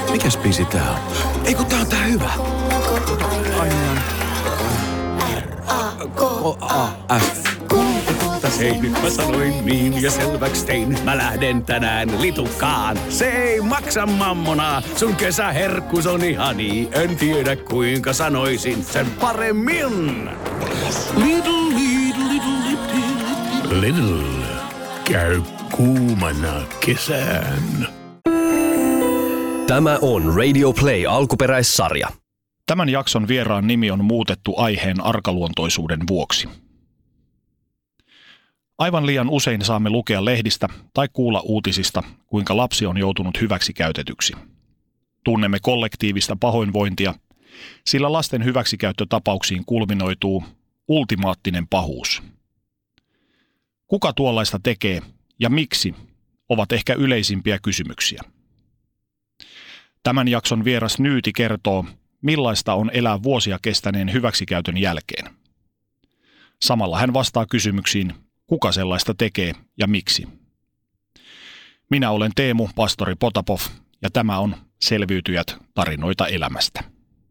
Mikäs biisi tää on? Ei kun tää on tää hyvä. R-A-K-A-F. Hei, nyt mä sanoin niin ja selväks tein. Mä lähden tänään litukaan. Se ei maksa mammonaa. Sun kesäherkkus on ihani. En tiedä kuinka sanoisin sen paremmin. Lidl. Käy kuumana kesään. Tämä on Radio Play alkuperäissarja. Tämän jakson vieraan nimi on muutettu aiheen arkaluontoisuuden vuoksi. Aivan liian usein saamme lukea lehdistä tai kuulla uutisista, kuinka lapsi on joutunut hyväksikäytetyksi. Tunnemme kollektiivista pahoinvointia, sillä lasten hyväksikäyttötapauksiin kulminoituu ultimaattinen pahuus. Kuka tuollaista tekee ja miksi ovat ehkä yleisimpiä kysymyksiä. Tämän jakson vieras Nyyti kertoo, millaista on elää vuosia kestäneen hyväksikäytön jälkeen. Samalla hän vastaa kysymyksiin, kuka sellaista tekee ja miksi. Minä olen Teemu, pastori Potapov, ja tämä on Selviytyjät tarinoita elämästä.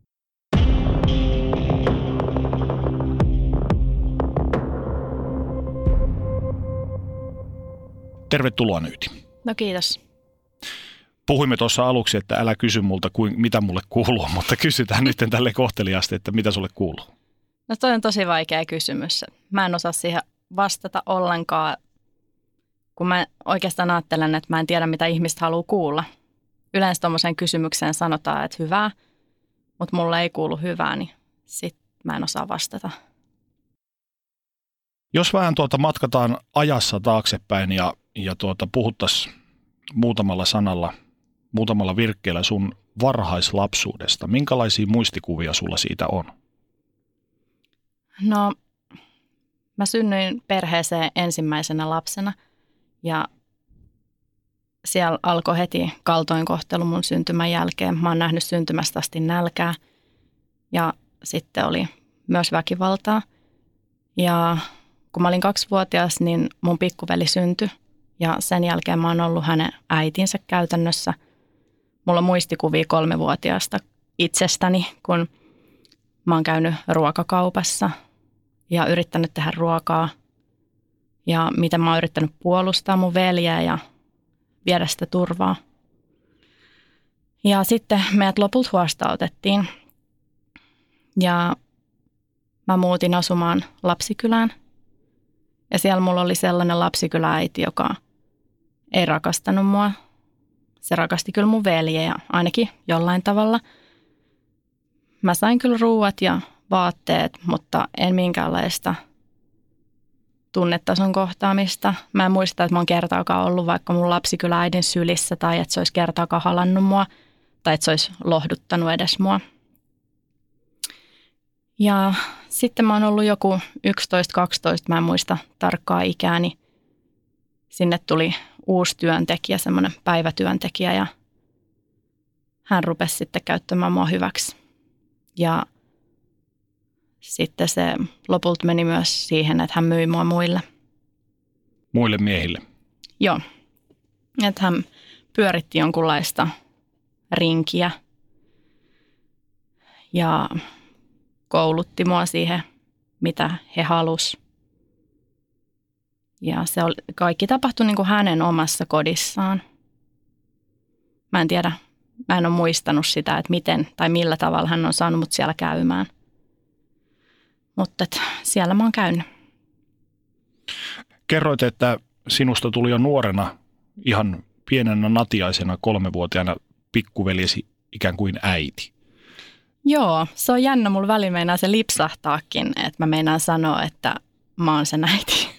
Tervetuloa Nyyti. No kiitos. Puhuimme tuossa aluksi, että älä kysy multa, mitä mulle kuuluu, mutta kysytään nyt tälle kohteliaasti, että mitä sulle kuuluu. No toi on tosi vaikea kysymys. Mä en osaa siihen vastata ollenkaan, kun mä oikeastaan ajattelen, että mä en tiedä, mitä ihmiset haluaa kuulla. Yleensä tuommoiseen kysymykseen sanotaan, että hyvää, mutta mulle ei kuulu hyvää, niin sit mä en osaa vastata. Jos vähän matkataan ajassa taaksepäin ja puhuttaisiin muutamalla sanalla, muutamalla virkkeellä sun varhaislapsuudesta, minkälaisia muistikuvia sulla siitä on? No, mä synnyin perheeseen ensimmäisenä lapsena ja siellä alkoi heti kaltoinkohtelu mun syntymän jälkeen. Mä oon nähnyt syntymästä asti nälkää ja sitten oli myös väkivaltaa. Ja kun mä olin 2-vuotias, niin mun pikkuveli syntyi ja sen jälkeen mä oon ollut hänen äitinsä käytännössä. Mulla on muistikuvia 3-vuotiaasta itsestäni, kun mä oon käynyt ruokakaupassa ja yrittänyt tehdä ruokaa ja miten mä oon yrittänyt puolustaa mun veljeä ja viedä sitä turvaa. Ja sitten meidät lopulta huostautettiin ja mä muutin asumaan Lapsikylään. Ja siellä mulla oli sellainen lapsikylä-äiti, joka ei rakastanut mua. Se rakasti kyllä mun veljeä, ainakin jollain tavalla. Mä sain kyllä ruuat ja vaatteet, mutta en minkäänlaista tunnetason kohtaamista. Mä en muista, että mä oon kertaakaan ollut vaikka mun lapsikylä-äidin sylissä tai että se olisi kertaakaan halannut mua tai että se olisi lohduttanut edes mua. Ja sitten mä oon ollut joku 11-12, mä en muista tarkkaa ikääni. Sinne tuli uusi työntekijä, semmoinen päivätyöntekijä ja hän rupesi sitten käyttämään mua hyväksi. Ja sitten se lopulta meni myös siihen, että hän myi mua muille. Muille miehille? Joo. Että hän pyöritti jonkunlaista rinkiä ja koulutti mua siihen, mitä he halusi. Ja se oli, kaikki tapahtui niin kuin hänen omassa kodissaan. Mä en tiedä, mä en ole muistanut sitä, että miten tai millä tavalla hän on saanut mut siellä käymään. Mutta siellä mä oon käynyt. Kerroit, että sinusta tuli jo nuorena, ihan pienenä natiaisena 3-vuotiaana pikkuveljesi ikään kuin äiti. Joo, se on jännä. Mulla väliin meinaa se lipsahtaakin, että mä meinaan sanoa, että mä oon sen äiti.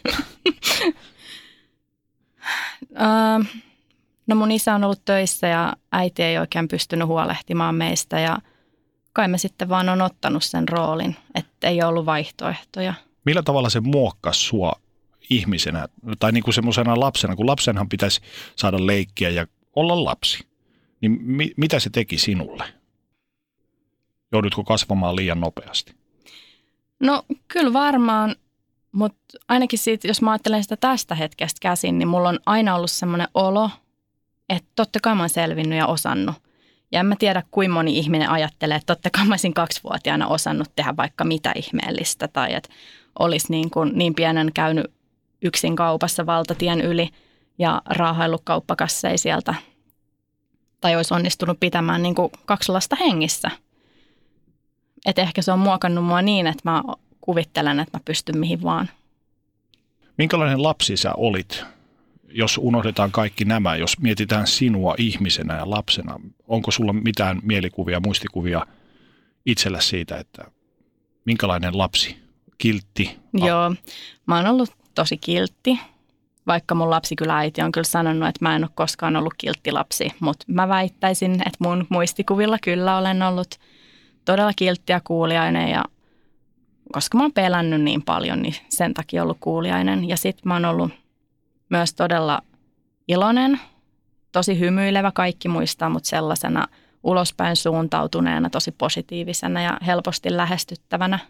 No mun isä on ollut töissä ja äiti ei oikein pystynyt huolehtimaan meistä ja kai mä sitten vaan on ottanut sen roolin, että ei ollut vaihtoehtoja. Millä tavalla se muokkasi sua ihmisenä tai niin kuin semmoisena lapsena, kun lapsenhan pitäisi saada leikkiä ja olla lapsi, niin mitä se teki sinulle? Joudutko kasvamaan liian nopeasti? No kyllä varmaan, mutta ainakin siitä, jos mä ajattelen sitä tästä hetkestä käsin, niin mulla on aina ollut semmoinen olo, että totta kai mä oon selvinnyt ja osannut. Ja en mä tiedä, kuinka moni ihminen ajattelee, että totta kai mä olisin 2-vuotiaana osannut tehdä vaikka mitä ihmeellistä tai että olisi niin pienen käynyt yksin kaupassa valtatien yli ja raahaillut kauppakasseja sieltä. Tai olisi onnistunut pitämään niin kuin 2 lasta hengissä. Että ehkä se on muokannut mua niin, että mä kuvittelen, että mä pystyn mihin vaan. Minkälainen lapsi sä olit, jos unohdetaan kaikki nämä, jos mietitään sinua ihmisenä ja lapsena? Onko sulla mitään mielikuvia, muistikuvia itsellä siitä, että minkälainen lapsi? Kiltti? Joo, mä oon ollut tosi kiltti, vaikka mun lapsikylääiti on kyllä sanonut, että mä en ole koskaan ollut kiltti lapsi, mutta mä väittäisin, että mun muistikuvilla kyllä olen ollut todella kiltti ja kuuliainen ja koska mä oon pelännyt niin paljon, niin sen takia ollut kuuliainen. Ja sit mä oon ollut myös todella iloinen, tosi hymyilevä, kaikki muistaa mut sellaisena ulospäin suuntautuneena, tosi positiivisena ja helposti lähestyttävänä.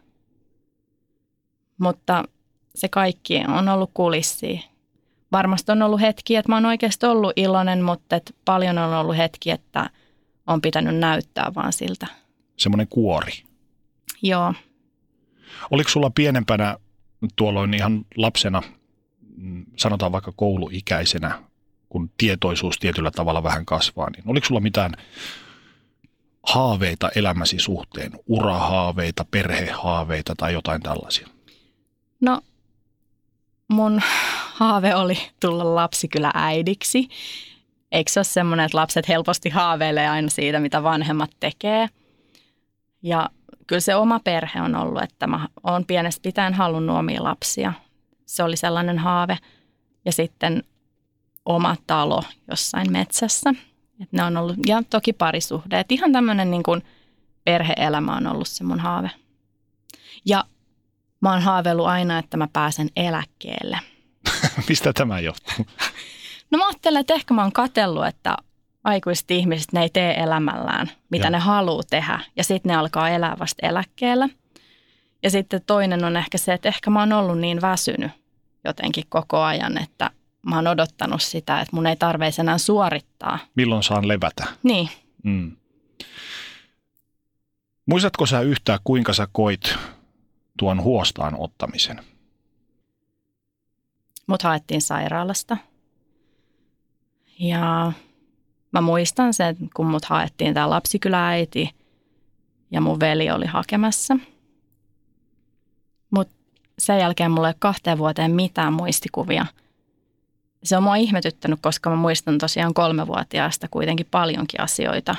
Mutta se kaikki on ollut kulissia. Varmasti on ollut hetki, että mä oon oikeasti ollut iloinen, mutta et paljon on ollut hetki, että on pitänyt näyttää vaan siltä. Semmoinen kuori. Joo. Oliko sulla pienempänä tuolloin ihan lapsena, sanotaan vaikka kouluikäisenä, kun tietoisuus tietyllä tavalla vähän kasvaa, niin oliko sulla mitään haaveita elämäsi suhteen, urahaaveita, perhehaaveita tai jotain tällaisia? No, mun haave oli tulla lapsikylä-äidiksi. Eikö se ole semmoinen, että lapset helposti haaveilee aina siitä, mitä vanhemmat tekee? Ja kyllä se oma perhe on ollut, että mä oon pienestä pitäen halunnut omia lapsia. Se oli sellainen haave. Ja sitten oma talo jossain metsässä. Että ne on ollut, ja toki parisuhde. Että ihan tämmöinen niin kuin perhe-elämä on ollut se mun haave. Ja mä oon haaveillut aina, että mä pääsen eläkkeelle. Mistä tämä johtuu? No mä ajattelen, että ehkä mä oon katsellut, että aikuiset ihmiset, ne ei tee elämällään, mitä ne haluaa tehdä. Ja sitten ne alkaa elää vasta eläkkeellä. Ja sitten toinen on ehkä se, että ehkä mä oon ollut niin väsynyt jotenkin koko ajan, että mä oon odottanut sitä, että mun ei tarvitse enää suorittaa. Milloin saan levätä? Niin. Muistatko sä yhtään, kuinka sä koit tuon huostaan ottamisen? Mut haettiin sairaalasta. Ja mä muistan sen, kun mut haettiin tää lapsikylä-äiti ja mun veli oli hakemassa. Mut sen jälkeen mulla ei ole 2 vuoteen mitään muistikuvia. Se on mua ihmetyttänyt, koska mä muistan tosiaan 3-vuotiaasta kuitenkin paljonkin asioita.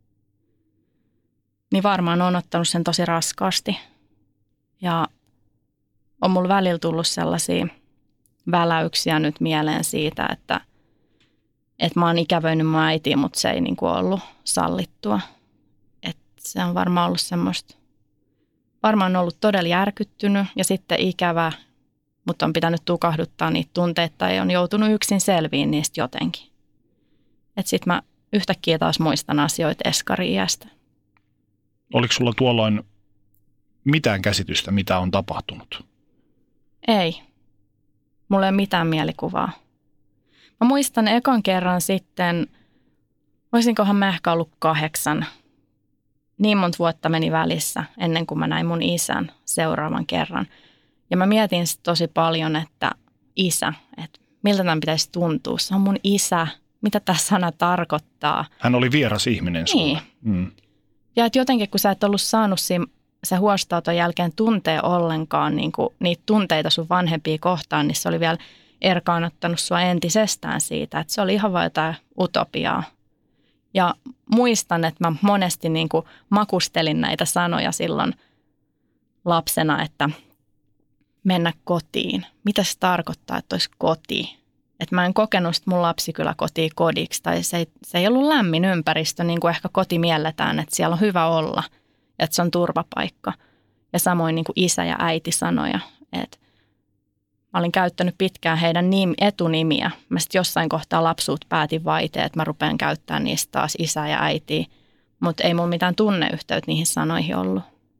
Niin varmaan on ottanut sen tosi raskaasti. Ja on mulla välillä tullut sellaisia väläyksiä nyt mieleen siitä, että mä oon ikävöinyt mun äitiä, mutta se ei niin kuin ollut sallittua. Et se on varmaan ollut semmoista, varmaan ollut todella järkyttynyt ja sitten ikävä, mutta on pitänyt tukahduttaa niitä tunteita tai on joutunut yksin selviin niistä jotenkin. Että sit mä yhtäkkiä taas muistan asioita eskari-iästä. Oliko sulla tuolloin mitään käsitystä, mitä on tapahtunut? Ei. Mulla ei ole mitään mielikuvaa. Mä muistan ekan kerran sitten, olisinkohan mä ehkä ollut 8. Niin monta vuotta meni välissä ennen kuin mä näin mun isän seuraavan kerran. Ja mä mietin tosi paljon, että isä, että miltä tämän pitäisi tuntua. Se on mun isä, mitä tämä sana tarkoittaa. Hän oli vieras ihminen sulle. Niin. Ja että jotenkin kun sä et ollut saanut se huostaanoton jälkeen tuntee ollenkaan niin kuin niitä tunteita sun vanhempia kohtaan, niin se oli vielä erkaanottanut sua entisestään siitä, että se oli ihan vain jotain utopiaa. Ja muistan, että mä monesti niin kuin makustelin näitä sanoja silloin lapsena, että mennä kotiin. Mitä se tarkoittaa, että olisi koti? Että mä en kokenut mun lapsikyläkotia kodiksi tai se ei ollut lämmin ympäristö, niin kuin ehkä koti mielletään, että siellä on hyvä olla, että se on turvapaikka. Ja samoin niin kuin isä ja äiti sanoja, että mä olin käyttänyt pitkään heidän etunimiä. Mä sitten jossain kohtaa lapsuut päätin vaiteen, että mä rupean käyttämään niistä taas isä ja äitiä, mutta ei mulla mitään tunneyhteyttä niihin sanoihin ollut.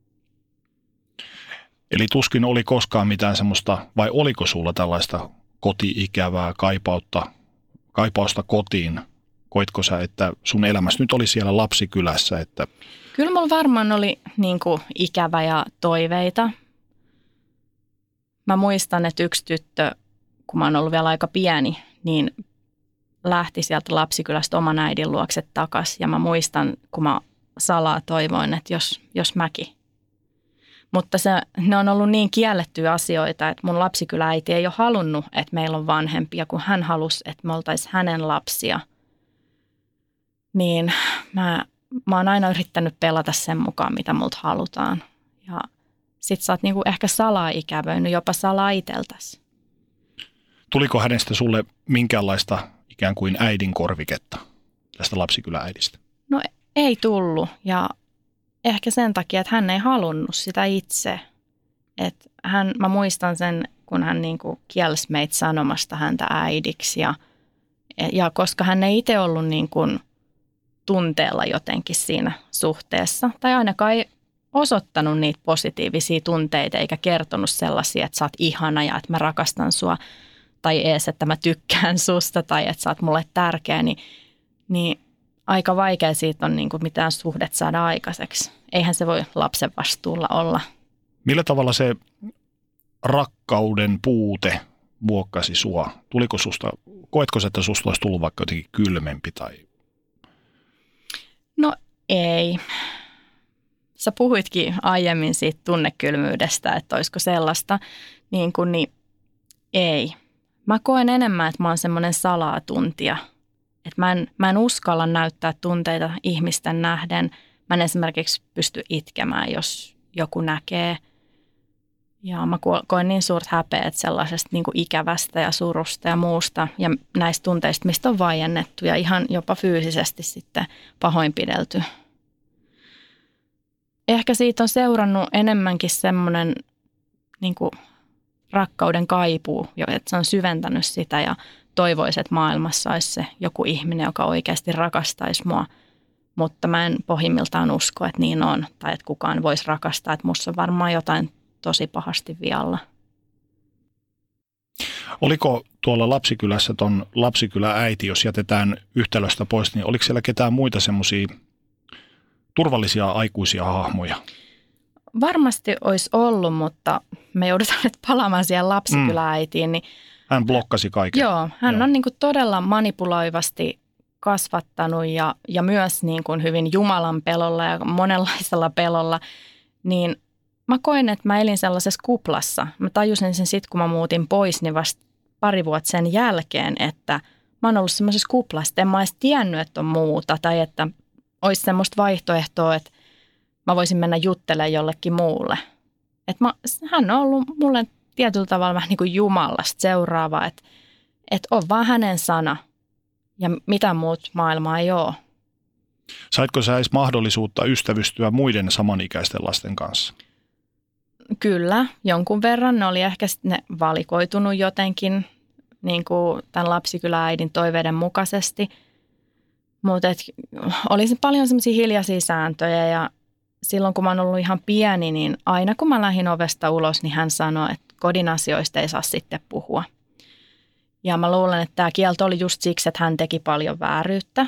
Eli tuskin oli koskaan mitään semmoista, vai oliko sulla tällaista koti-ikävää kaipausta kotiin koitko sä, että sun elämässä nyt oli siellä lapsikylässä? Että... Kyllä mulla varmaan oli niin kuin ikävä ja toiveita. Mä muistan, että yksi tyttö, kun mä oon ollut vielä aika pieni, niin lähti sieltä lapsikylästä oman äidin luokse takaisin. Ja mä muistan, kun mä salaa toivoin, että jos mäkin. Mutta ne on ollut niin kiellettyjä asioita, että mun lapsikylääiti ei ole halunnut, että meillä on vanhempia, kun hän halusi, että me oltaisiin hänen lapsia. Niin mä oon aina yrittänyt pelata sen mukaan, mitä multa halutaan. Ja sit sä oot niinku ehkä salaa ikävöinyt, jopa salaa iteltäsi. Tuliko hänestä sulle minkäänlaista ikään kuin äidin korviketta tästä lapsikylä-äidistä? No ei tullut ja ehkä sen takia, että hän ei halunnut sitä itse. Että mä muistan sen, kun hän niinku kielsi meitä sanomasta häntä äidiksi ja koska hän ei itse ollut niinku tunteella jotenkin siinä suhteessa tai ainakaan ei osoittanut niitä positiivisia tunteita eikä kertonut sellaisia, että sä oot ihana ja että mä rakastan sua tai ees, että mä tykkään susta tai että sä oot mulle tärkeä, niin aika vaikea siitä on niin kuin mitään suhdet saada aikaiseksi. Eihän se voi lapsen vastuulla olla. Millä tavalla se rakkauden puute muokkasi sua? Tuliko susta, koetko sä, että susta olisi tullut vaikka jotenkin kylmempi tai... No ei. Sä puhuitkin aiemmin siitä tunnekylmyydestä, että olisiko sellaista, niin ei. Mä koen enemmän, että mä oon semmoinen salatuntija. Että mä en uskalla näyttää tunteita ihmisten nähden. Mä en esimerkiksi pysty itkemään, jos joku näkee. Ja mä koen niin suurta häpeä sellaisesta niin kuin ikävästä ja surusta ja muusta. Ja näistä tunteista, mistä on vaiennettu ja ihan jopa fyysisesti sitten pahoinpidelty. Ehkä siitä on seurannut enemmänkin semmoinen niin kuin rakkauden kaipuu, että se on syventänyt sitä ja toivoisi, että maailmassa olisi se joku ihminen, joka oikeasti rakastaisi mua. Mutta mä en pohjimmiltaan usko, että niin on tai että kukaan voisi rakastaa, että musta on varmaan jotain tosi pahasti vialla. Oliko tuolla lapsikylässä ton lapsikylä-äiti, jos jätetään yhtälöstä pois, niin oliko siellä ketään muita semmoisia turvallisia aikuisia hahmoja? Varmasti olisi ollut, mutta me joudutaan nyt palaamaan siihen lapsikylä-äitiin. Niin hän blokkasi kaiken. Joo, hän on niin kuin todella manipuloivasti kasvattanut ja myös niin kuin hyvin Jumalan pelolla ja monenlaisella pelolla. Niin mä koin, että mä elin sellaisessa kuplassa. Mä tajusin sen sitten, kun mä muutin pois, niin vasta pari vuotta sen jälkeen, että mä oon ollut semmoisessa kuplassa. En mä edes tiennyt, että on muuta tai että olisi semmoista vaihtoehtoa, että mä voisin mennä juttelemaan jollekin muulle. Hän on ollut mulle tietyllä tavalla vähän niin kuin Jumalasta seuraava, että on vaan hänen sana ja mitä muut maailmaa ei ole. Saitko sä edes mahdollisuutta ystävystyä muiden samanikäisten lasten kanssa? Kyllä, jonkun verran. Ne oli ehkä ne valikoitunut jotenkin niin kuin tämän lapsikylä-äidin toiveiden mukaisesti. Mutta oli paljon semmoisia hiljaisia sääntöjä ja silloin kun mä oon ollut ihan pieni, niin aina kun mä lähdin ovesta ulos, niin hän sanoi, että kodin asioista ei saa sitten puhua. Ja mä luulen, että tämä kielto oli just siksi, että hän teki paljon vääryyttä.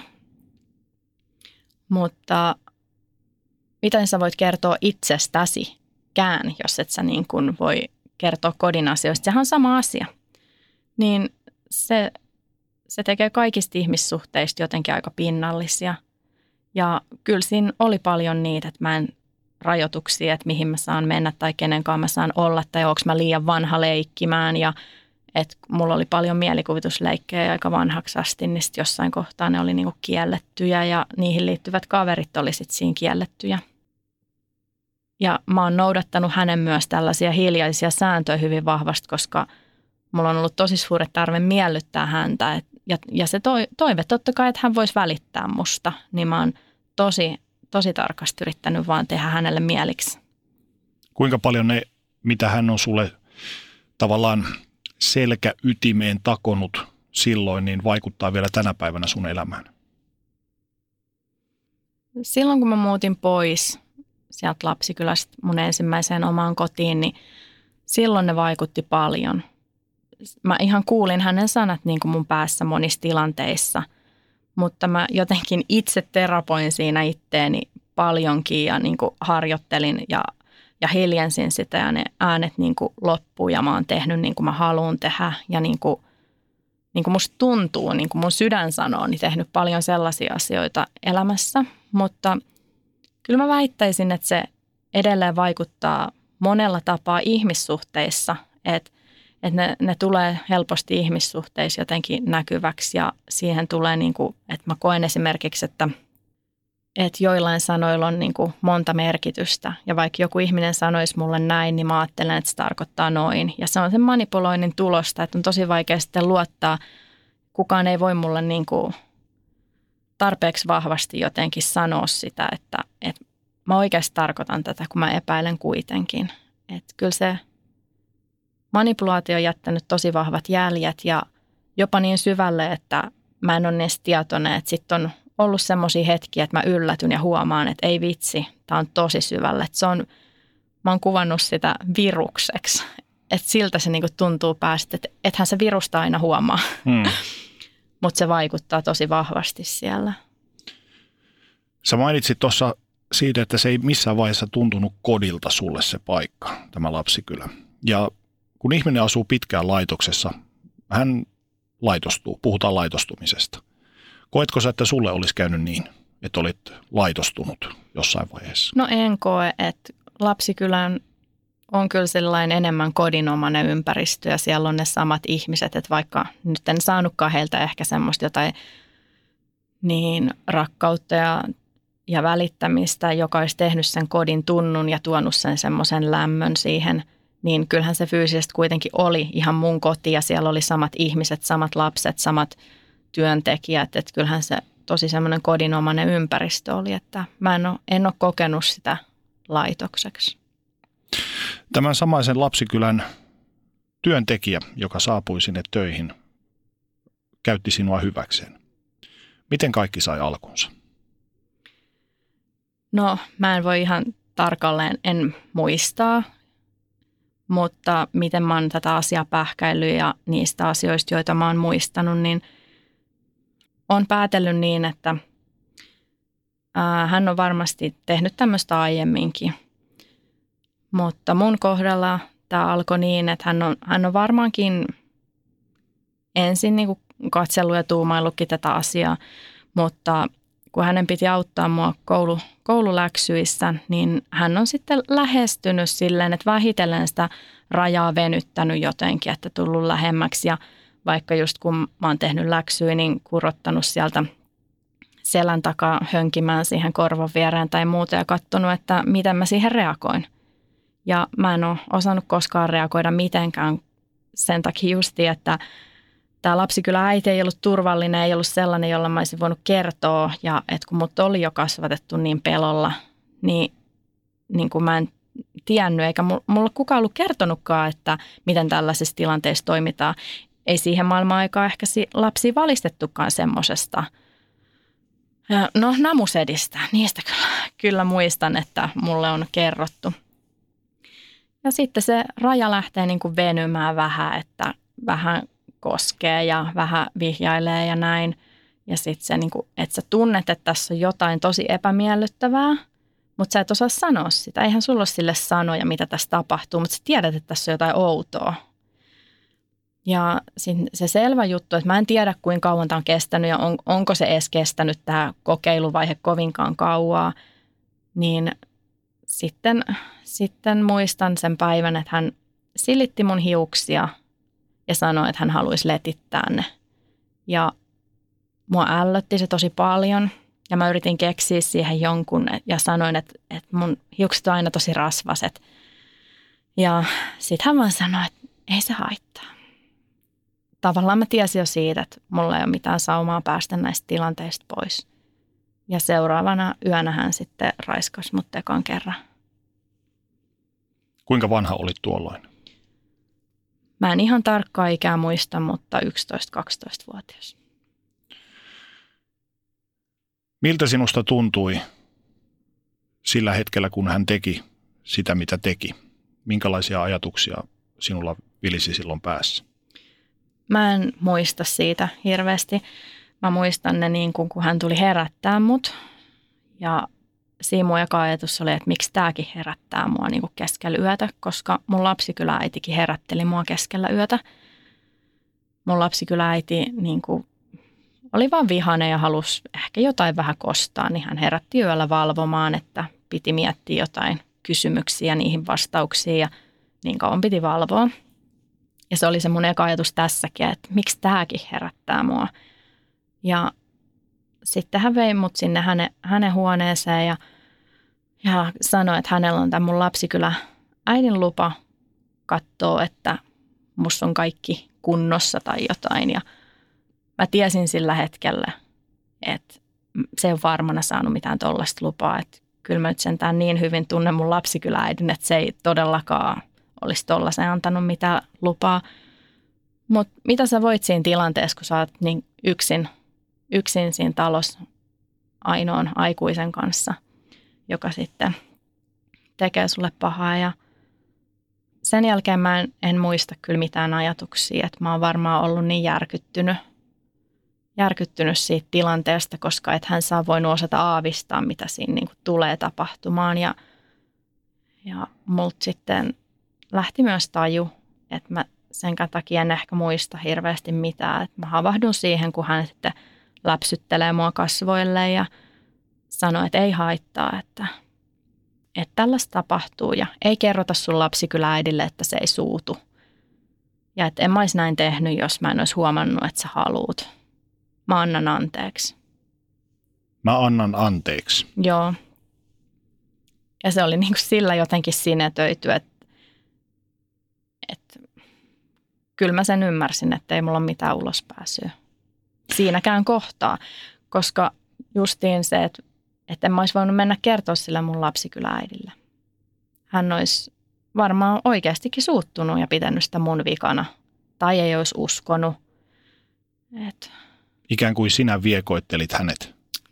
Mutta miten sä voit kertoa itsestäsikään, jos et sä niin kuin voi kertoa kodin asioista? Sehän on sama asia. Niin se tekee kaikista ihmissuhteista jotenkin aika pinnallisia. Ja kyllä siinä oli paljon niitä, että mä en rajoituksia, että mihin mä saan mennä tai kenenkaan mä saan olla tai onko mä liian vanha leikkimään. Ja että mulla oli paljon mielikuvitusleikkejä aika vanhaksi asti, niin sitten jossain kohtaa ne oli niinku kiellettyjä ja niihin liittyvät kaverit oli sitten siinä kiellettyjä. Ja mä oon noudattanut hänen myös tällaisia hiljaisia sääntöjä hyvin vahvasti, koska mulla on ollut tosi suuri tarve miellyttää häntä. Ja se toive totta kai, että hän voisi välittää musta, niin mä oon tosi tarkasti yrittänyt vaan tehdä hänelle mieliksi. Kuinka paljon ne, mitä hän on sulle tavallaan selkäytimeen takonut silloin, niin vaikuttaa vielä tänä päivänä sun elämään? Silloin kun mä muutin pois sieltä lapsikylästä mun ensimmäiseen omaan kotiin, niin silloin ne vaikutti paljon. Mä ihan kuulin hänen sanat niin kuin mun päässä monissa tilanteissa, mutta mä jotenkin itse terapoin siinä itteeni paljonkin ja niin kuin harjoittelin ja hiljensin sitä ja ne äänet niin kuin loppuu ja mä oon tehnyt niin kuin mä haluan tehdä ja niin kuin musta tuntuu, niin kuin mun sydän sanoo, niin tehnyt paljon sellaisia asioita elämässä, mutta kyllä mä väittäisin, että se edelleen vaikuttaa monella tapaa ihmissuhteissa, että ne tulee helposti ihmissuhteissa jotenkin näkyväksi ja siihen tulee, niin kuin, että mä koen esimerkiksi, että joillain sanoilla on niin kuin monta merkitystä ja vaikka joku ihminen sanoisi mulle näin, niin mä ajattelen, että se tarkoittaa noin. Ja se on sen manipuloinnin tulosta, että on tosi vaikea sitten luottaa. Kukaan ei voi mulle niin kuin tarpeeksi vahvasti jotenkin sanoa sitä, että mä oikeasti tarkoitan tätä, kun mä epäilen kuitenkin. Että kyllä se manipulaatio on jättänyt tosi vahvat jäljet ja jopa niin syvälle, että mä en ole edes tietoinen, että sitten on ollut semmoisia hetkiä, että mä yllätyn ja huomaan, että ei vitsi, tää on tosi syvälle. Että mä oon kuvannut sitä virukseksi, että siltä se niinku tuntuu päästä, että ethän se virusta aina huomaa, mutta se vaikuttaa tosi vahvasti siellä. Sä mainitsit tuossa siitä, että se ei missään vaiheessa tuntunut kodilta sulle se paikka, tämä lapsikylä. Ja kun ihminen asuu pitkään laitoksessa, hän laitostuu, puhutaan laitostumisesta. Koetko sä, että sulle olisi käynyt niin, että olit laitostunut jossain vaiheessa? No en koe, että lapsikylän on kyllä sellainen enemmän kodinomainen ympäristö ja siellä on ne samat ihmiset, että vaikka nyt en saanutkaan heiltä ehkä semmoista jotain niin rakkautta ja välittämistä, joka olisi tehnyt sen kodin tunnun ja tuonut sen semmoisen lämmön siihen, niin kyllähän se fyysisesti kuitenkin oli ihan mun koti ja siellä oli samat ihmiset, samat lapset, samat työntekijät, että kyllähän se tosi semmoinen kodinomainen ympäristö oli, että mä en ole kokenut sitä laitokseksi. Tämän samaisen lapsikylän työntekijä, joka saapui sinne töihin, käytti sinua hyväkseen. Miten kaikki sai alkunsa? No, mä en voi ihan tarkalleen, en muistaa, mutta miten mä oon tätä asiaa pähkäillyt ja niistä asioista, joita mä oon muistanut, niin on päätellyt niin, että hän on varmasti tehnyt tämmöistä aiemminkin, mutta mun kohdalla tämä alkoi niin, että hän on varmaankin ensin niin kuin katsellut ja tuumaillutkin tätä asiaa, mutta kun hänen piti auttaa mua koululäksyissä, niin hän on sitten lähestynyt silleen, että vähitellen sitä rajaa venyttänyt jotenkin, että tullut lähemmäksi ja vaikka just kun mä oon tehnyt läksyä, niin kurottanut sieltä selän takaa hönkimään siihen korvan viereen tai muuta ja katsonut, että miten mä siihen reagoin. Ja mä en ole osannut koskaan reagoida mitenkään sen takia justi, että tämä lapsikylä-äiti ei ollut turvallinen, ei ollut sellainen, jolla mä olisin voinut kertoa. Ja että kun mut oli jo kasvatettu niin pelolla, niin kun mä en tiennyt, eikä mulla kukaan ollut kertonutkaan, että miten tällaisessa tilanteessa toimitaan. Ei siihen maailman aikaan ehkä lapsia valistettukaan semmoisesta. No namusedistä, niistä kyllä muistan, että mulle on kerrottu. Ja sitten se raja lähtee niin kuin venymään vähän, että vähän koskee ja vähän vihjailee ja näin. Ja sitten se, niin kuin, että sä tunnet, että tässä on jotain tosi epämiellyttävää, mutta sä et osaa sanoa sitä. Eihän sulla ole sille sanoja, mitä tässä tapahtuu, mutta sä tiedät, että tässä on jotain outoa. Ja se selvä juttu, että mä en tiedä kuinka kauan tämä on kestänyt ja onko se edes kestänyt tämä kokeiluvaihe kovinkaan kauaa, niin sitten muistan sen päivän, että hän silitti mun hiuksia ja sanoi, että hän haluaisi letittää ne. Ja mua ällötti se tosi paljon ja mä yritin keksiä siihen jonkun ja sanoin, että mun hiukset on aina tosi rasvaset. Ja sitten hän vaan sanoi, että ei se haittaa. Tavallaan mä tiesin jo siitä, että mulla ei ole mitään saumaa päästä näistä tilanteista pois. Ja seuraavana yönä hän sitten raiskasi mut ekan kerran. Kuinka vanha olit tuolloin? Mä en ihan tarkkaa ikää muista, mutta 11-12-vuotias. Miltä sinusta tuntui sillä hetkellä, kun hän teki sitä, mitä teki? Minkälaisia ajatuksia sinulla vilisi silloin päässä? Mä en muista siitä hirveästi. mä muistan ne niin kuin, kun hän tuli herättää mut. Ja siinä mun eka ajatus oli, että miksi tääkin herättää mua niin kuin keskellä yötä, koska mun lapsikylä-äitikin herätteli mua keskellä yötä. Mun lapsikylä-äiti niin kuin oli vaan vihainen ja halusi ehkä jotain vähän kostaa, niin hän herätti yöllä valvomaan, että piti miettiä jotain kysymyksiä niihin vastauksiin ja niin kauan piti valvoa. Ja se oli se mun eka ajatus tässäkin, että miksi tämäkin herättää mua. Ja sitten hän vei mut sinne hänen huoneeseen ja sanoi, että hänellä on tämä mun lapsikylä-äidin lupa katsoa, että musta on kaikki kunnossa tai jotain. Ja mä tiesin sillä hetkellä, että se ei ole varmana saanut mitään tollaista lupaa. Että kyllä mä nyt sentään niin hyvin tunnen mun lapsikylä-äidin, että se ei todellakaan olisi tollaiseen antanut mitään lupaa. Mutta mitä sä voit siinä tilanteessa, kun sä oot niin yksin siinä talossa ainoan aikuisen kanssa, joka sitten tekee sulle pahaa. Ja sen jälkeen mä en muista kyllä mitään ajatuksia, että mä oon varmaan ollut niin järkyttynyt siitä tilanteesta, koska et hän saa voinut osata aavistaa, mitä siinä niin kuin tulee tapahtumaan. Ja multa sitten lähti myös taju, että mä sen takia en ehkä muista hirveästi mitään. Että mä havahdun siihen, kun hän sitten läpsyttelee mua kasvoille ja sanoo, että ei haittaa, että tällaista tapahtuu ja ei kerrota sun lapsikylä-äidille, että se ei suutu. Ja että en mä olisi näin tehnyt, jos mä en olisi huomannut, että sä haluut. Mä annan anteeksi. Mä annan anteeksi. Joo. Ja se oli niin kuin sillä jotenkin sinetöity, että kyllä mä sen ymmärsin, että ei mulla ole mitään ulospääsyä siinäkään kohtaa. Koska justiin se, että en mä olisi voinut mennä kertoa sillä mun lapsikylä-äidille. Hän olisi varmaan oikeastikin suuttunut ja pitänyt sitä mun vikana. Tai ei olisi uskonut. Ikään kuin sinä viekoittelit hänet.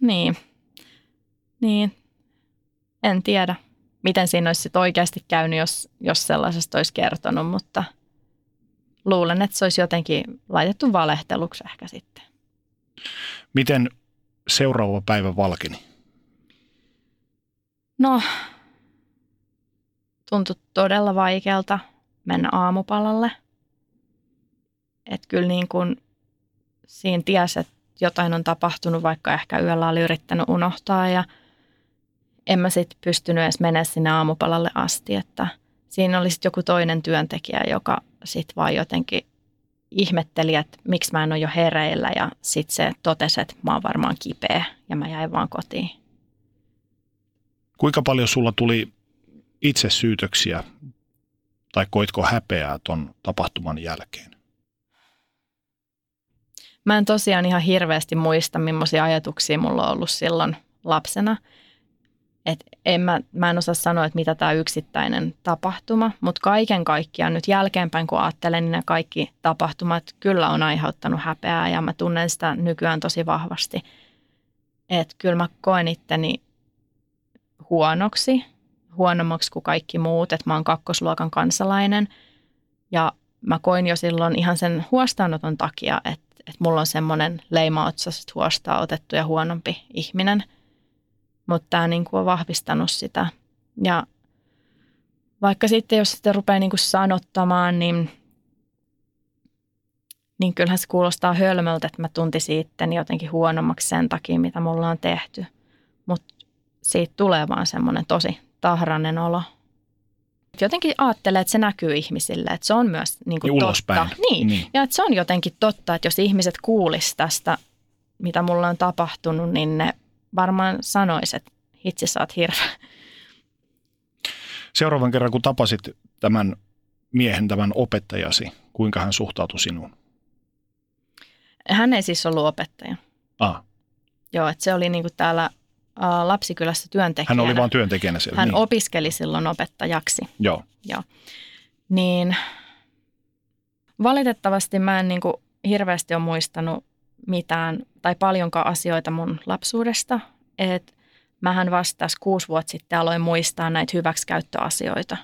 Niin. En tiedä, miten siinä olisi sit oikeasti käynyt, jos sellaisesta olisi kertonut, mutta luulen, että se olisi jotenkin laitettu valehteluksi ehkä sitten. Miten seuraava päivä valkeni? No, tuntui todella vaikealta mennä aamupalalle. Että kyllä niin kuin siinä tiesi, että jotain on tapahtunut, vaikka ehkä yöllä oli yrittänyt unohtaa ja en mä sitten pystynyt edes mennä sinne aamupalalle asti, että siinä oli sitten joku toinen työntekijä, joka sitten vaan jotenkin ihmetteli, että miksi mä en ole jo hereillä ja sitten se totesi, että mä oon varmaan kipeä ja mä jäin vaan kotiin. Kuinka paljon sulla tuli itsesyytöksiä tai koitko häpeää ton tapahtuman jälkeen? Mä en tosiaan ihan hirveästi muista, millaisia ajatuksia mulla on ollut silloin lapsena. Mä en osaa sanoa, että mitä tämä yksittäinen tapahtuma, mutta kaiken kaikkiaan nyt jälkeenpäin, kun ajattelen, niin ne kaikki tapahtumat kyllä on aiheuttanut häpeää ja mä tunnen sitä nykyään tosi vahvasti. Että kyllä mä koen itteni huonommaksi kuin kaikki muut, että mä oon kakkosluokan kansalainen ja mä koin jo silloin ihan sen huostaanoton takia, että mulla on semmoinen leima otsasta huostaa otettu ja huonompi ihminen. Mutta tämä niinku on vahvistanut sitä. Ja vaikka sitten, jos sitä rupeaa niinku sanottamaan, niin kyllähän se kuulostaa hölmöltä, että mä tuntisin itteni jotenkin huonommaksi sen takia, mitä mulla on tehty. Mutta siitä tulee vaan semmoinen tosi tahrainen olo. Jotenkin ajattelee, että se näkyy ihmisille, että se on myös niinku totta. Ulospäin. Niin, ja että se on jotenkin totta, että jos ihmiset kuulisivat tästä, mitä mulla on tapahtunut, niin ne varmaan sanoisi, että hitsi sä oot hirveä. Seuraavan kerran, kun tapasit tämän miehen, tämän opettajasi, kuinka hän suhtautui sinuun? Hän ei siis ollut opettaja. Joo, että se oli niinku täällä Lapsikylässä työntekijänä. Hän oli vaan työntekijänä siellä. Hän opiskeli silloin opettajaksi. Joo. Niin valitettavasti mä en niinku hirveästi ole muistanut mitään tai paljonkaan asioita mun lapsuudesta. Että mähän vasta tässä 6 vuotta sitten aloin muistaa näitä hyväksikäyttöasioita.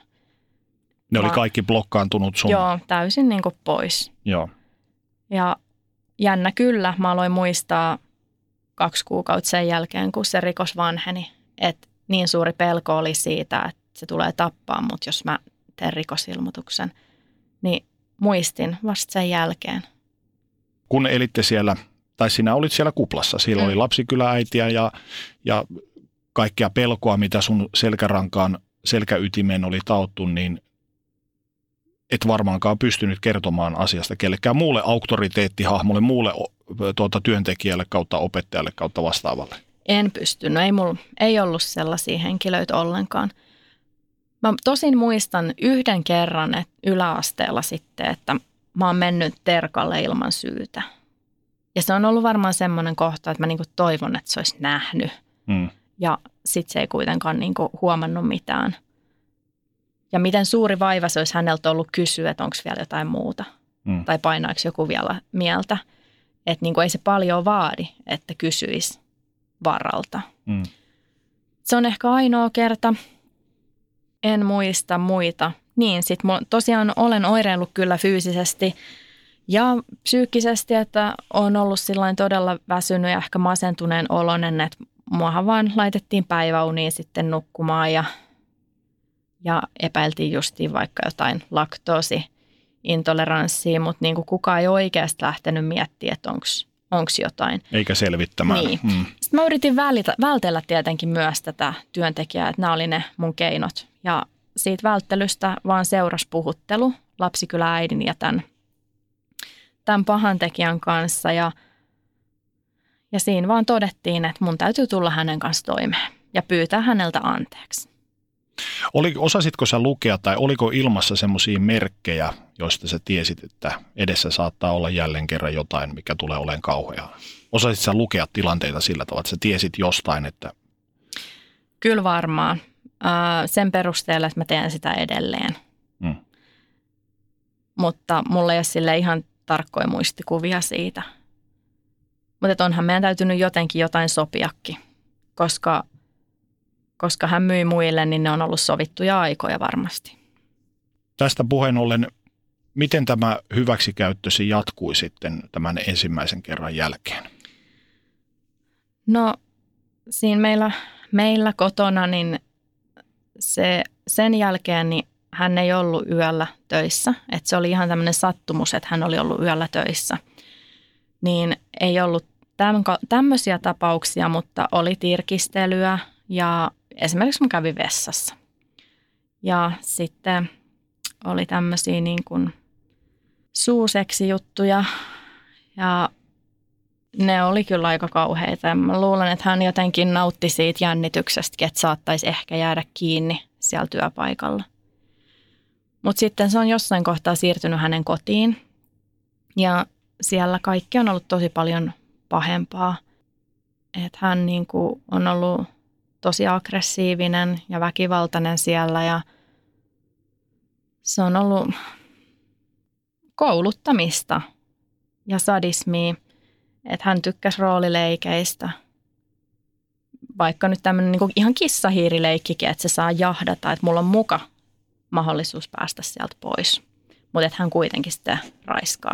Ne oli kaikki blokkaantunut sun. Joo, täysin niinku pois. Joo. jännä kyllä, mä aloin muistaa 2 kuukautta sen jälkeen, kun se rikos vanheni. Että niin suuri pelko oli siitä, että se tulee tappaa mut, jos mä teen rikosilmoituksen. Niin muistin vasta sen jälkeen. Kun elitte siellä, tai sinä olit siellä kuplassa, siellä oli lapsikylääitiä ja kaikkea pelkoa, mitä sun selkäytimeen oli taottu, niin et varmaankaan pystynyt kertomaan asiasta kellekään muulle auktoriteettihahmolle, muulle työntekijälle kautta opettajalle kautta vastaavalle. En pystynyt, ei ollut sellaisia henkilöitä ollenkaan. Mä tosin muistan yhden kerran että yläasteella sitten, että mä oon mennyt terkalle ilman syytä. Ja se on ollut varmaan semmoinen kohta, että mä niinku toivon, että se olisi nähnyt. Ja sitten se ei kuitenkaan niinku huomannut mitään. Ja miten suuri vaiva se olisi häneltä ollut kysyä, että onko vielä jotain muuta. Tai painaako joku vielä mieltä. Että niinku ei se paljon vaadi, että kysyisi varalta. Se on ehkä ainoa kerta. En muista muita. Niin, sitten tosiaan olen oireillut kyllä fyysisesti ja psyykkisesti, että olen ollut sillain todella väsynyt ja ehkä masentuneen oloinen, että muahan vaan laitettiin päiväuniin sitten nukkumaan ja epäiltiin justiin vaikka jotain laktoosiintoleranssia, mutta niin kuin kukaan ei oikeasti lähtenyt miettimään, että onko jotain. Eikä selvittämään. Niin. Sitten mä yritin vältellä tietenkin myös tätä työntekijää, että nämä oli ne mun keinot. Ja siitä välttelystä vaan seurasi puhuttelu lapsikylääidin ja tämän pahantekijän kanssa. Ja siinä vaan todettiin, että mun täytyy tulla hänen kanssa toimeen ja pyytää häneltä anteeksi. Osasitko sä lukea tai oliko ilmassa semmoisia merkkejä, joista sä tiesit, että edessä saattaa olla jälleen kerran jotain, mikä tulee olemaan kauheaa? Osasit sä lukea tilanteita sillä tavalla, että sä tiesit jostain, että... Kyllä varmaan. Sen perusteella, että mä teen sitä edelleen. Mutta mulla ei ole sille ihan tarkkoja muistikuvia siitä. Mutta onhan meidän täytynyt jotenkin jotain sopiakin, koska hän myi muille, niin ne on ollut sovittuja aikoja varmasti. Tästä puheen ollen, miten tämä hyväksikäyttösi jatkui sitten tämän ensimmäisen kerran jälkeen? No siinä meillä kotona, niin sen jälkeen niin hän ei ollut yöllä töissä. Että se oli ihan tämmöinen sattumus, että hän oli ollut yöllä töissä. Niin ei ollut tämmöisiä tapauksia, mutta oli tirkistelyä ja esimerkiksi mä kävin vessassa. Ja sitten oli tämmöisiä niin kuin suuseksijuttuja ja ne oli kyllä aika kauheita. Ja mä luulen, että hän jotenkin nautti siitä jännityksestä, että saattaisi ehkä jäädä kiinni siellä työpaikalla. Mutta sitten se on jossain kohtaa siirtynyt hänen kotiin ja siellä kaikki on ollut tosi paljon pahempaa. Että hän niin kuin on ollut tosi aggressiivinen ja väkivaltainen siellä ja se on ollut kouluttamista ja sadismia, että hän tykkäsi roolileikeistä. Vaikka nyt tämmöinen niin kuin ihan kissahiirileikkikin, että se saa jahdata, että mulla on muka mahdollisuus päästä sieltä pois. Mutta että hän kuitenkin sitä raiskaa.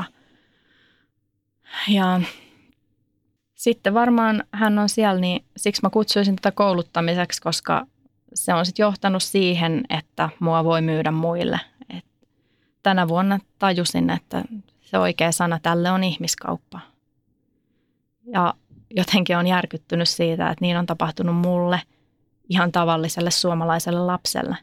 Ja sitten varmaan hän on siellä, niin siksi mä kutsuisin tätä kouluttamiseksi, koska se on sitten johtanut siihen, että mua voi myydä muille. Et tänä vuonna tajusin, että se oikea sana tälle on ihmiskauppa. Ja jotenkin on järkyttynyt siitä, että niin on tapahtunut mulle, ihan tavalliselle suomalaiselle lapselle.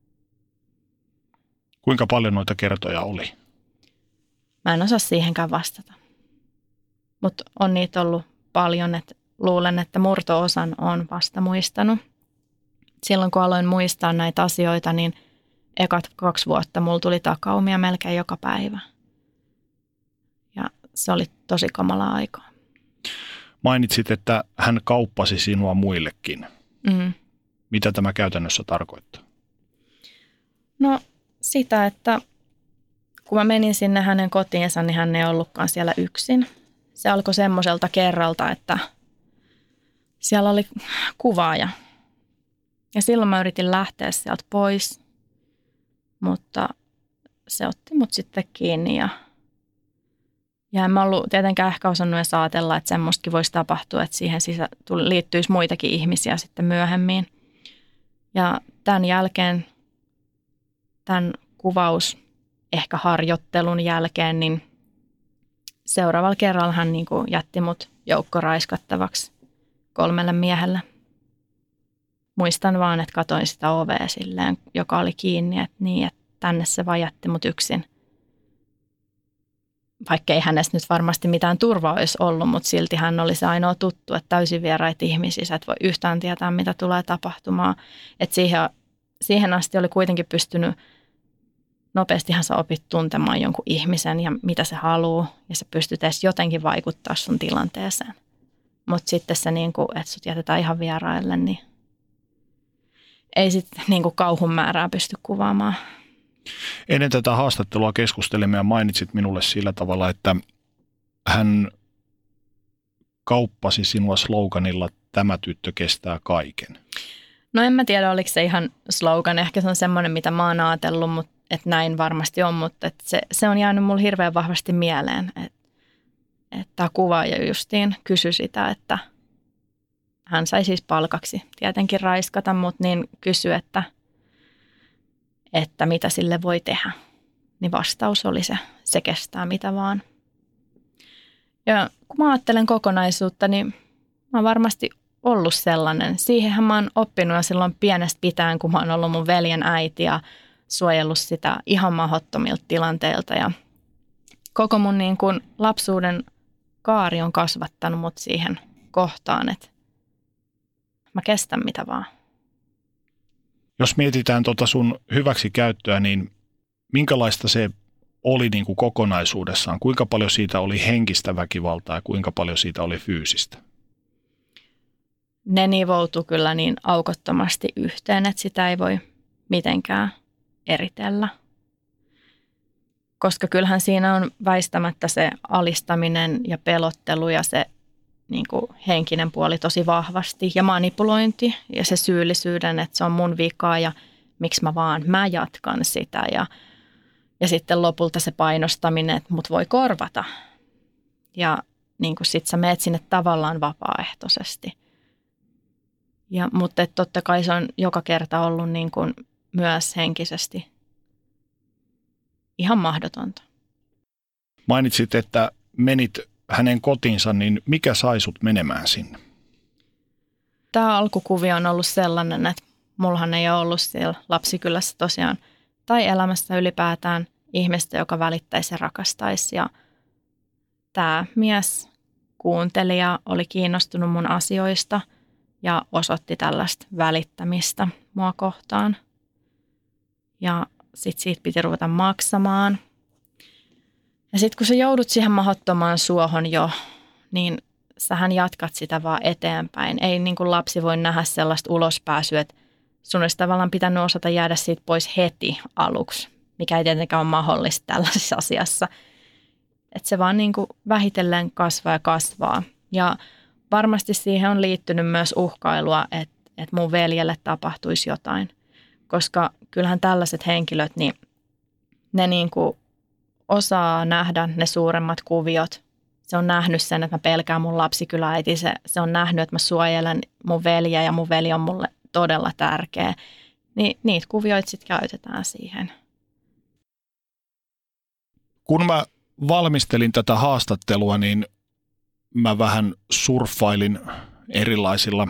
Kuinka paljon noita kertoja oli? Mä en osaa siihenkään vastata. Mutta on niitä ollut paljon, että luulen, että murto-osan on vasta muistanut. Silloin kun aloin muistaa näitä asioita, niin ekat 2 vuotta mulla tuli takaumia melkein joka päivä. Ja se oli tosi kamalaa aikaa. Mainitsit, että hän kauppasi sinua muillekin. Mitä tämä käytännössä tarkoittaa? No sitä, että kun mä menin sinne hänen kotiinsa, niin hän ei ollutkaan siellä yksin. Se alkoi semmoiselta kerralta, että siellä oli kuvaaja. Ja silloin mä yritin lähteä sieltä pois, mutta se otti mut sitten kiinni ja Ja en mä ollut tietenkään ehkä osannut edes ajatella, että semmoistakin voisi tapahtua, että siihen liittyisi muitakin ihmisiä sitten myöhemmin. Ja tämän jälkeen, tämän ehkä harjoittelun jälkeen, niin seuraavalla kerralla hän niin kuin jätti mut joukkoraiskattavaksi 3 miehelle. Muistan vaan, että katoin sitä ovea silleen, joka oli kiinni, että tänne se vaan jätti mut yksin. Vaikka ei hänessä nyt varmasti mitään turvaa olisi ollut, mutta silti hän oli se ainoa tuttu, että täysin vieraita ihmisiä, sä et voi yhtään tietää, mitä tulee tapahtumaan. Että siihen asti oli kuitenkin pystynyt, nopeastihan sä opit tuntemaan jonkun ihmisen ja mitä se haluaa, ja sä pystyt edes jotenkin vaikuttaa sun tilanteeseen. Mutta sitten se, että sut jätetään ihan vieraille, niin ei sitten kauhun määrää pysty kuvaamaan. Ennen tätä haastattelua keskustelimme ja mainitsit minulle sillä tavalla, että hän kauppasi sinua sloganilla "Tämä tyttö kestää kaiken". No en mä tiedä, oliko se ihan slogan. Ehkä se on semmoinen, mitä mä oon ajatellut, mutta että näin varmasti on, mutta että se on jäänyt mulle hirveän vahvasti mieleen. Että tämä kuvaaja justiin kysyi sitä, että hän sai siis palkaksi tietenkin raiskata, mutta niin kysyi, että mitä sille voi tehdä. Niin vastaus oli se kestää mitä vaan. Ja kun mä ajattelen kokonaisuutta, niin mä oon varmasti ollut sellainen. Siihenhän mä oon oppinut jo silloin pienestä pitäen, kun mä oon ollut mun veljen äiti ja suojellut sitä ihan mahdottomilta tilanteilta. Ja koko mun lapsuuden kaari on kasvattanut mut siihen kohtaan, että mä kestän mitä vaan. Jos mietitään sun hyväksikäyttöä, niin minkälaista se oli kokonaisuudessaan? Kuinka paljon siitä oli henkistä väkivaltaa ja kuinka paljon siitä oli fyysistä? Ne nivoutui kyllä niin aukottomasti yhteen, että sitä ei voi mitenkään eritellä. Koska kyllähän siinä on väistämättä se alistaminen ja pelottelu ja se henkinen puoli tosi vahvasti ja manipulointi ja se syyllisyyden, että se on mun vika ja miksi mä jatkan sitä ja sitten lopulta se painostaminen, että mut voi korvata ja sit sä meet sinne tavallaan vapaaehtoisesti. Mutta totta kai se on joka kerta ollut myös henkisesti ihan mahdotonta. Mainitsit, että menit hänen kotiinsa, niin mikä sai sut menemään sinne? Tämä alkukuvio on ollut sellainen, että mullahan ei ole ollut siellä lapsikylässä tosiaan tai elämässä ylipäätään ihmistä, joka välittäisi ja rakastaisi. Ja tämä mies kuunteli ja oli kiinnostunut mun asioista ja osoitti tällaista välittämistä mua kohtaan. Ja sitten siitä piti ruveta maksamaan. Ja sitten kun sä joudut siihen mahdottomaan suohon jo, niin sähän jatkat sitä vaan eteenpäin. Ei lapsi voi nähdä sellaista ulospääsyä, että sun olisi tavallaan pitänyt osata jäädä siitä pois heti aluksi, mikä ei tietenkään ole mahdollista tällaisessa asiassa. Että se vaan vähitellen kasvaa ja kasvaa. Ja varmasti siihen on liittynyt myös uhkailua, että mun veljelle tapahtuisi jotain. Koska kyllähän tällaiset henkilöt, niin ne osaa nähdä ne suuremmat kuviot. Se on nähnyt sen, että mä pelkään mun lapsikylääiti. Se on nähnyt, että mä suojelen mun veljeä ja mun veli on mulle todella tärkeä. Niin niitä kuvioita sitten käytetään siihen. Kun mä valmistelin tätä haastattelua, niin mä vähän surffailin erilaisilla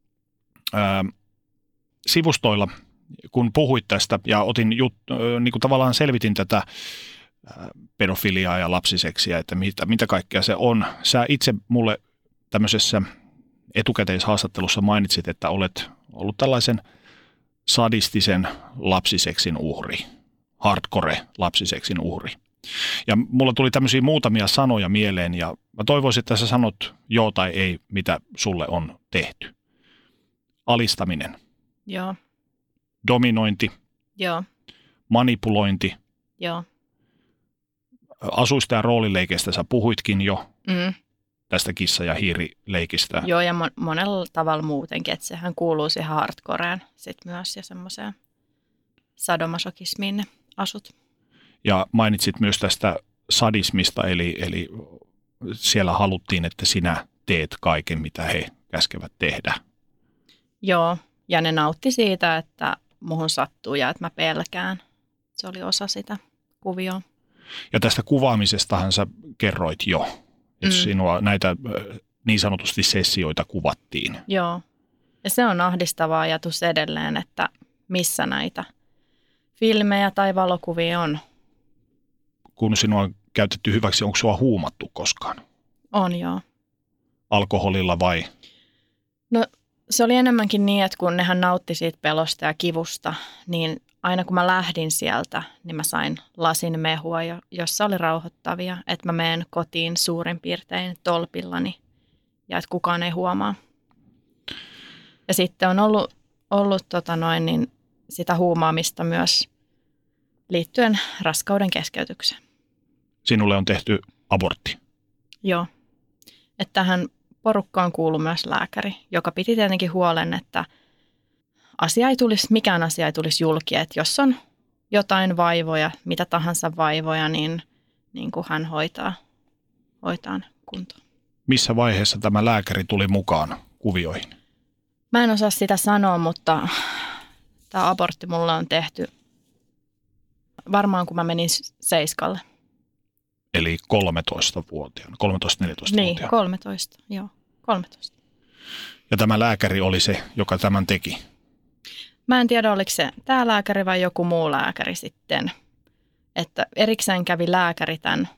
sivustoilla, kun puhuit tästä ja otin tavallaan selvitin tätä pedofiliaa ja lapsiseksiä, että mitä kaikkea se on. Sä itse mulle tämmöisessä etukäteishaastattelussa mainitsit, että olet ollut tällaisen sadistisen lapsiseksin uhri, hardcore lapsiseksin uhri. Ja mulla tuli tämmöisiä muutamia sanoja mieleen ja mä toivoisin, että sä sanot joo tai ei, mitä sulle on tehty. Alistaminen. Joo. Dominointi. Joo. Manipulointi. Joo. Asuista ja roolileikeistä sä puhuitkin jo. Tästä kissa- ja hiirileikistä. Joo, ja monella tavalla muutenkin, että sehän kuuluu siihen hardcoreen sitten myös ja semmoiseen sadomasokismiin ne asut. Ja mainitsit myös tästä sadismista, eli siellä haluttiin, että sinä teet kaiken, mitä he käskevät tehdä. Joo, ja ne nautti siitä, että muhun sattuu ja että mä pelkään. Se oli osa sitä kuvioa. Ja tästä kuvaamisestahan sä kerroit jo, että sinua näitä niin sanotusti sessioita kuvattiin. Joo, ja se on ahdistava ajatus edelleen, että missä näitä filmejä tai valokuvia on. Kun sinua on käytetty hyväksi, onko sua huumattu koskaan? On, joo. Alkoholilla vai? No se oli enemmänkin niin, että kun nehän nautti siitä pelosta ja kivusta, niin aina kun mä lähdin sieltä, niin mä sain lasin mehua, jossa oli rauhoittavia, että mä menen kotiin suurin piirtein tolpillani ja että kukaan ei huomaa. Ja sitten on ollut niin sitä huumaamista myös liittyen raskauden keskeytykseen. Sinulle on tehty abortti? Joo. Että tähän porukkaan kuului myös lääkäri, joka piti tietenkin huolen, että mikään asia ei tulisi julki. Että jos on jotain vaivoja, mitä tahansa vaivoja, niin kuin hän hoitaa ne kuntoon. Missä vaiheessa tämä lääkäri tuli mukaan kuvioihin? Mä en osaa sitä sanoa, mutta tämä abortti mulla on tehty varmaan kun mä menin seiskalle. Eli 13-vuotiaana, 13-14-vuotiaana. Niin, 13, joo, 13. Ja tämä lääkäri oli se, joka tämän teki? Mä en tiedä, oliko se tämä lääkäri vai joku muu lääkäri sitten. Että erikseen kävi lääkäri tämän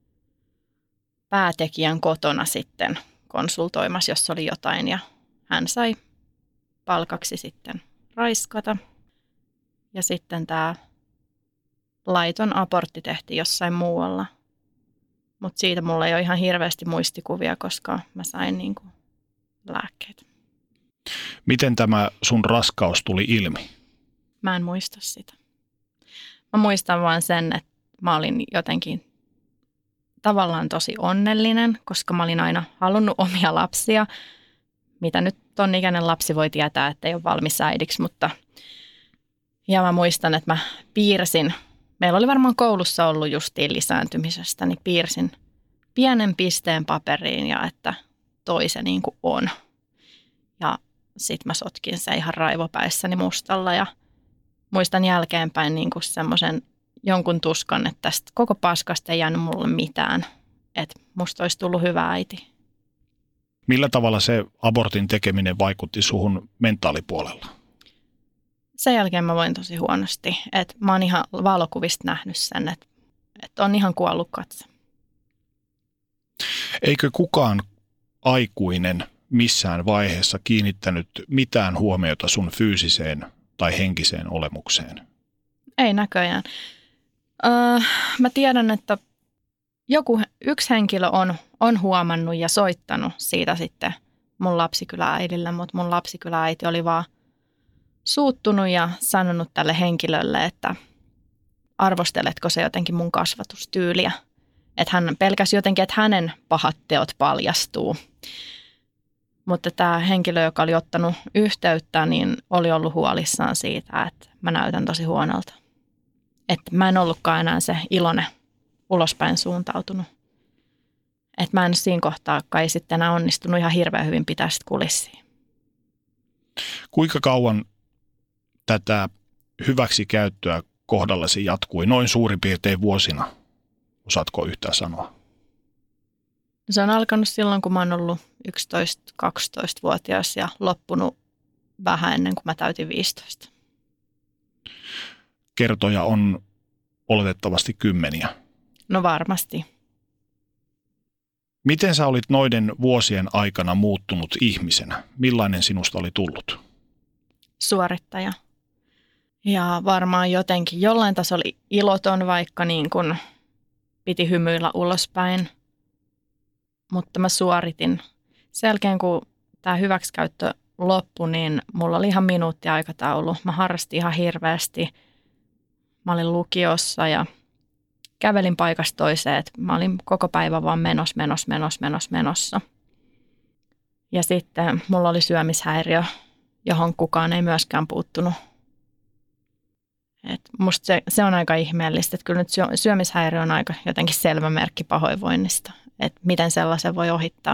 päätekijän kotona sitten konsultoimassa, jos oli jotain. Ja hän sai palkaksi sitten raiskata. Ja sitten tämä laiton abortti tehtiin jossain muualla. Mutta siitä mulla ei ole ihan hirveästi muistikuvia, koska mä sain niinku lääkkeitä. Miten tämä sun raskaus tuli ilmi? Mä en muista sitä. Mä muistan vaan sen, että mä olin jotenkin tavallaan tosi onnellinen, koska mä olin aina halunnut omia lapsia. Mitä nyt ton ikäinen lapsi voi tietää, että ei ole valmis äidiksi, mutta ja mä muistan, että mä piirsin. Meillä oli varmaan koulussa ollut justiin lisääntymisestä, niin piirsin pienen pisteen paperiin ja että toi se niin kuin on. Ja sit mä sotkin se ihan raivopäissäni mustalla ja muistan jälkeenpäin niin kuin semmoisen jonkun tuskan, että tästä koko paskasta ei jäänyt mulle mitään. Että musta olisi tullut hyvä äiti. Millä tavalla se abortin tekeminen vaikutti suhun mentaalipuolella? Sen jälkeen mä voin tosi huonosti. Että mä oon ihan valokuvista nähnyt sen, että on ihan kuollut katse. Eikö kukaan aikuinen missään vaiheessa kiinnittänyt mitään huomiota sun fyysiseen tai henkiseen olemukseen? Ei näköjään. Mä tiedän, että yksi henkilö on huomannut ja soittanut siitä sitten mun lapsikylä-äidille, mutta mun lapsikylä-äiti oli vaan suuttunut ja sanonut tälle henkilölle, että arvosteletko se jotenkin mun kasvatustyyliä. Että hän pelkäsi jotenkin, että hänen pahat teot paljastuu. Mutta tämä henkilö, joka oli ottanut yhteyttä, niin oli ollut huolissaan siitä, että mä näytän tosi huonolta. Että mä en ollutkaan enää se iloinen, ulospäin suuntautunut. Että mä en siinä kohtaa kai sitten enää onnistunut ihan hirveän hyvin pitää sitä kulissia. Kuinka kauan tätä hyväksikäyttöä kohdallasi jatkui? Noin suurin piirtein vuosina. Osaatko yhtään sanoa? Se on alkanut silloin, kun mä oon ollut 11-12-vuotias ja loppunut vähän ennen kuin mä täytin 15. Kertoja on oletettavasti kymmeniä. No varmasti. Miten sä olit noiden vuosien aikana muuttunut ihmisenä? Millainen sinusta oli tullut? Suorittaja. Ja varmaan jotenkin jollain tasolla iloton, vaikka niin kuin piti hymyillä ulospäin. Mutta mä suoritin. Sen jälkeen, kun tämä hyväksikäyttö loppui, niin mulla oli ihan minuuttiaikataulu. Mä harrastin ihan hirveästi. Mä olin lukiossa ja kävelin paikasta toiseen. Mä olin koko päivä vaan menossa. Ja sitten mulla oli syömishäiriö, johon kukaan ei myöskään puuttunut. Et musta se on aika ihmeellistä, että kyllä nyt syömishäiriö on aika jotenkin selvä merkki pahoinvoinnista, että miten sellaisen voi ohittaa.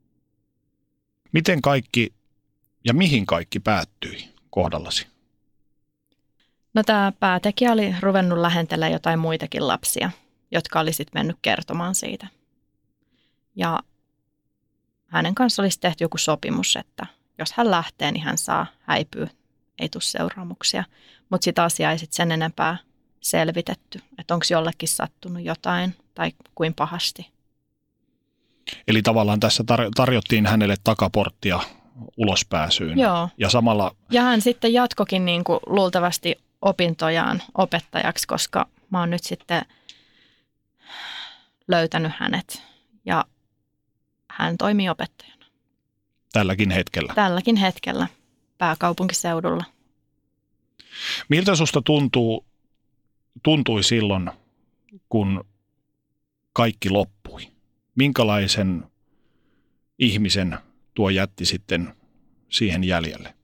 Miten kaikki ja mihin kaikki päättyi kohdallasi? No tämä päätekijä oli ruvennut lähentelemään jotain muitakin lapsia, jotka oli sitten mennyt kertomaan siitä. Ja hänen kanssa olisi tehty joku sopimus, että jos hän lähtee, niin hän saa häipyä, ei tule seuraamuksia. Mutta sitä asiaa ei sitten sen enempää selvitetty, että onko jollekin sattunut jotain tai kuin pahasti. Eli tavallaan tässä tarjottiin hänelle takaporttia ulospääsyyn. Joo. Ja samalla... Ja hän sitten jatkokin niin kuin luultavasti opintojaan opettajaksi, koska mä oon nyt sitten löytänyt hänet ja hän toimii opettajana. Tälläkin hetkellä? Tälläkin hetkellä pääkaupunkiseudulla. Miltä susta tuntui silloin, kun kaikki loppui? Minkälaisen ihmisen tuo jätti sitten siihen jäljelle?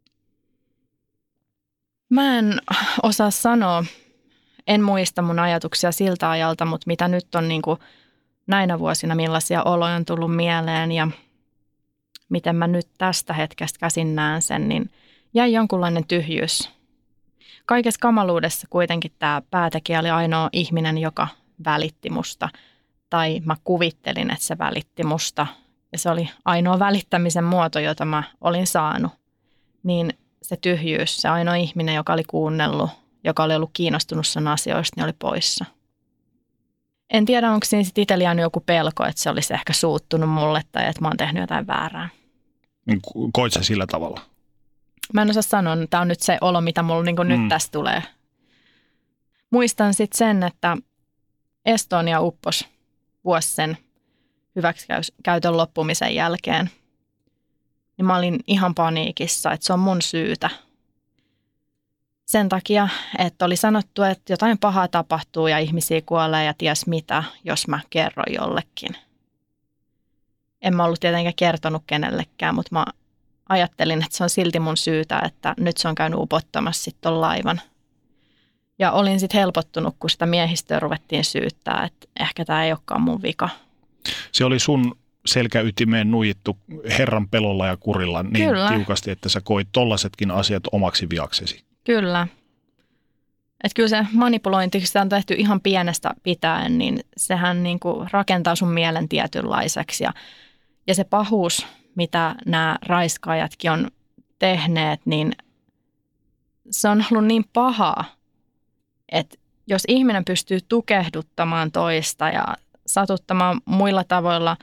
Mä en osaa sanoa, en muista mun ajatuksia siltä ajalta, mutta mitä nyt on niin kuin näinä vuosina, millaisia oloja on tullut mieleen ja miten mä nyt tästä hetkestä käsin näen sen, niin jäi jonkunlainen tyhjyys. Kaikessa kamaluudessa kuitenkin tämä päätekijä oli ainoa ihminen, joka välitti musta. Tai mä kuvittelin, että se välitti musta. Ja se oli ainoa välittämisen muoto, jota mä olin saanut. Niin se tyhjyys, se ainoa ihminen, joka oli kuunnellut, joka oli ollut kiinnostunut sen asioista, niin oli poissa. En tiedä, onko siinä sitten itsellä jäänyt joku pelko, että se olisi ehkä suuttunut mulle tai että mä oon tehnyt jotain väärää. Koit sä sillä tavalla? Mä en osaa sanoa, että tämä on nyt se olo, mitä mulla niin kuin nyt tästä tulee. Muistan sitten sen, että Estonia upposi vuosi sen hyväksikäytön loppumisen jälkeen. Niin mä olin ihan paniikissa, että se on mun syytä. Sen takia, että oli sanottu, että jotain pahaa tapahtuu ja ihmisiä kuolee ja ties mitä, jos mä kerron jollekin. En mä ollut tietenkään kertonut kenellekään, mutta mä ajattelin, että se on silti mun syytä, että nyt se on käynyt upottamassa sitten ton laivan. Ja olin sitten helpottunut, kun sitä miehistöä ruvettiin syyttää, että ehkä tämä ei olekaan mun vika. Se oli sun selkäytimeen nuijittu Herran pelolla ja kurilla niin Kyllä. tiukasti, että sä koit tollaisetkin asiat omaksi viaksesi. Kyllä. Että kyllä se manipulointi, kun sitä on tehty ihan pienestä pitäen, niin sehän niinku rakentaa sun mielen tietynlaiseksi. Ja se pahuus, mitä nämä raiskaajatkin on tehneet, niin se on ollut niin pahaa, että jos ihminen pystyy tukehduttamaan toista ja satuttamaan muilla tavoilla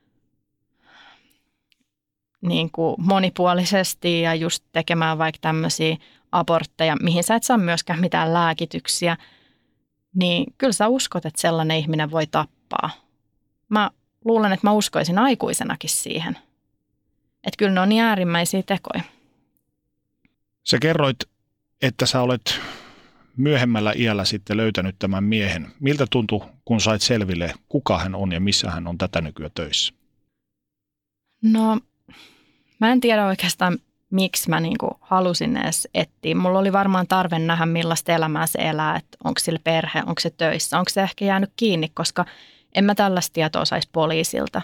niin kuin monipuolisesti ja just tekemään vaikka tämmöisiä abortteja, mihin sä et saa myöskään mitään lääkityksiä, niin kyllä sä uskot, että sellainen ihminen voi tappaa. Mä luulen, että mä uskoisin aikuisenakin siihen. Että kyllä ne on niin äärimmäisiä tekoja. Sä kerroit, että sä olet myöhemmällä iällä sitten löytänyt tämän miehen. Miltä tuntui, kun sait selville, kuka hän on ja missä hän on tätä nykyä töissä? No, mä en tiedä oikeastaan, miksi mä niinku halusin edes etsiä. Mulla oli varmaan tarve nähdä, millaista elämää se elää, että onko sillä perhe, onko se töissä, onko se ehkä jäänyt kiinni, koska en mä tällaista tietoa saisi poliisilta.